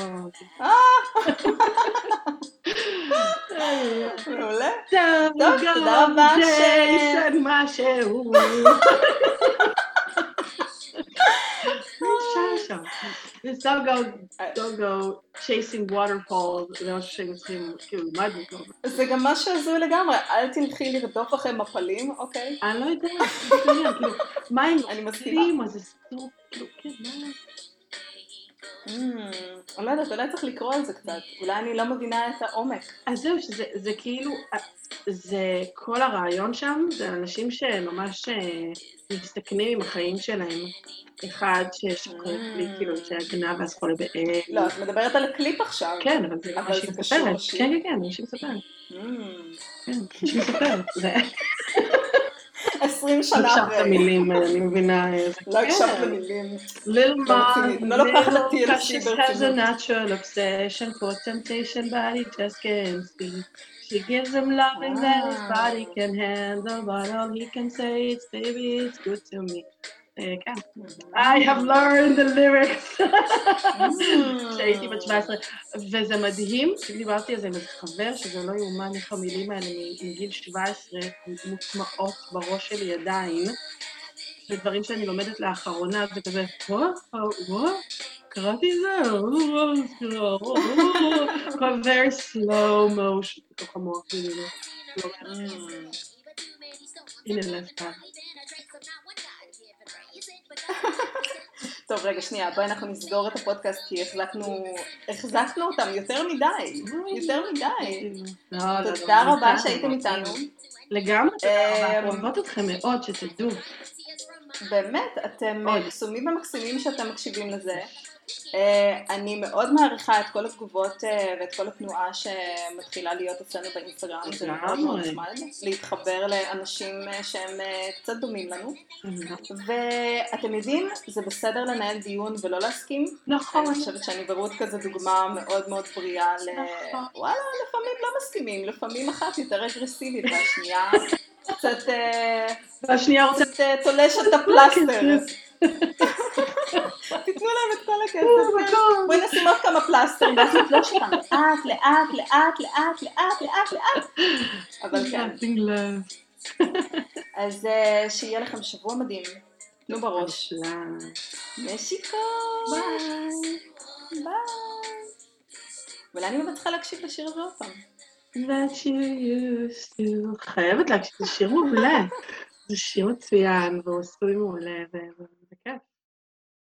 מעולה. טוב, תודה רבה ג'ייסון משהו. Don't go chasing waterfalls, זה משהו שהם צריכים, כאילו, מה זה טוב? זה גם משהו הזוי לגמרי, אל תלכי לרדוף אחרי מפלים, אוקיי? אני לא יודעת, כאילו, מה אם מפלים, אז זה סטור, כאילו, כן, מה? אני לא יודעת, אולי צריך לקרוא על זה קצת, אולי אני לא מבינה את העומק. אז זהו, שזה כאילו, זה כל הרעיון שם, זה אנשים שממש מסתכנים עם החיים שלהם. אחד ששוקר לי, כאילו, שהגנה ואז חולה באל. לא, את מדברת על הקליפ עכשיו. כן, אבל זה מה שהיא מספרת. כן, מה שהיא מספרת. כן, מה שהיא מספרת. 20 שנה אחרי. הקשבת למילים, אני מבינה. לא הקשבת למילים. Little mom, לא לוקחת אותי Precious has a natural obsession for temptation, but he just can't speak. She gives him loving that his body can handle, but all he can say is, baby, it's good to me. כן. I have learned the lyrics. כשהייתי בת 17. וזה מדהים, דיברתי על זה עם איזה חבר, שזה לא יאומן איך המילים האלה מגיל 17 מוטמעות בראש שלי עדיין. ודברים שאני לומדת לאחרונה, זה כזה, what? קראתי זה? כל very slow motion בתוך המוח שלי. הנה לספר. טוב, רגע, שנייה, בואי אנחנו נסגור את הפודקאסט, כי החזקנו אותם יותר מדי. תודה רבה שהייתם איתנו. לגמרי, תודה רבה, אוהבות אתכם מאוד, שתדעו. באמת, אתם קסומים ומקסימים שאתם מקשיבים לזה. אני מאוד מעריכה את כל התגובות ואת כל התנועה שמתחילה להיות אצלנו באינסטגרם, זה מאוד מאוד נחמד להתחבר לאנשים שהם קצת דומים לנו. ואתם יודעים, זה בסדר לנהל דיון ולא להסכים. נכון. אני חושבת שאני ורות כזה דוגמה מאוד מאוד בריאה וואלה, לפעמים לא מסכימים, לפעמים אחת יותר אגרסיבית והשנייה קצת תולש את הפלסטר. תתנו להם את כל הכסף. בואי נשים עוד כמה פלסטרים ואז נתלוש אותם לאט. אבל כן. אז שיהיה לכם שבוע מדהים. תנו בראש. נשיקו. ביי. אולי אני באמת צריכה להקשיב לשיר הזה עוד פעם. That you used to. חייבת להקשיב, זה שיר מעולה. זה שיר מצוין, והוא עשוי מעולה.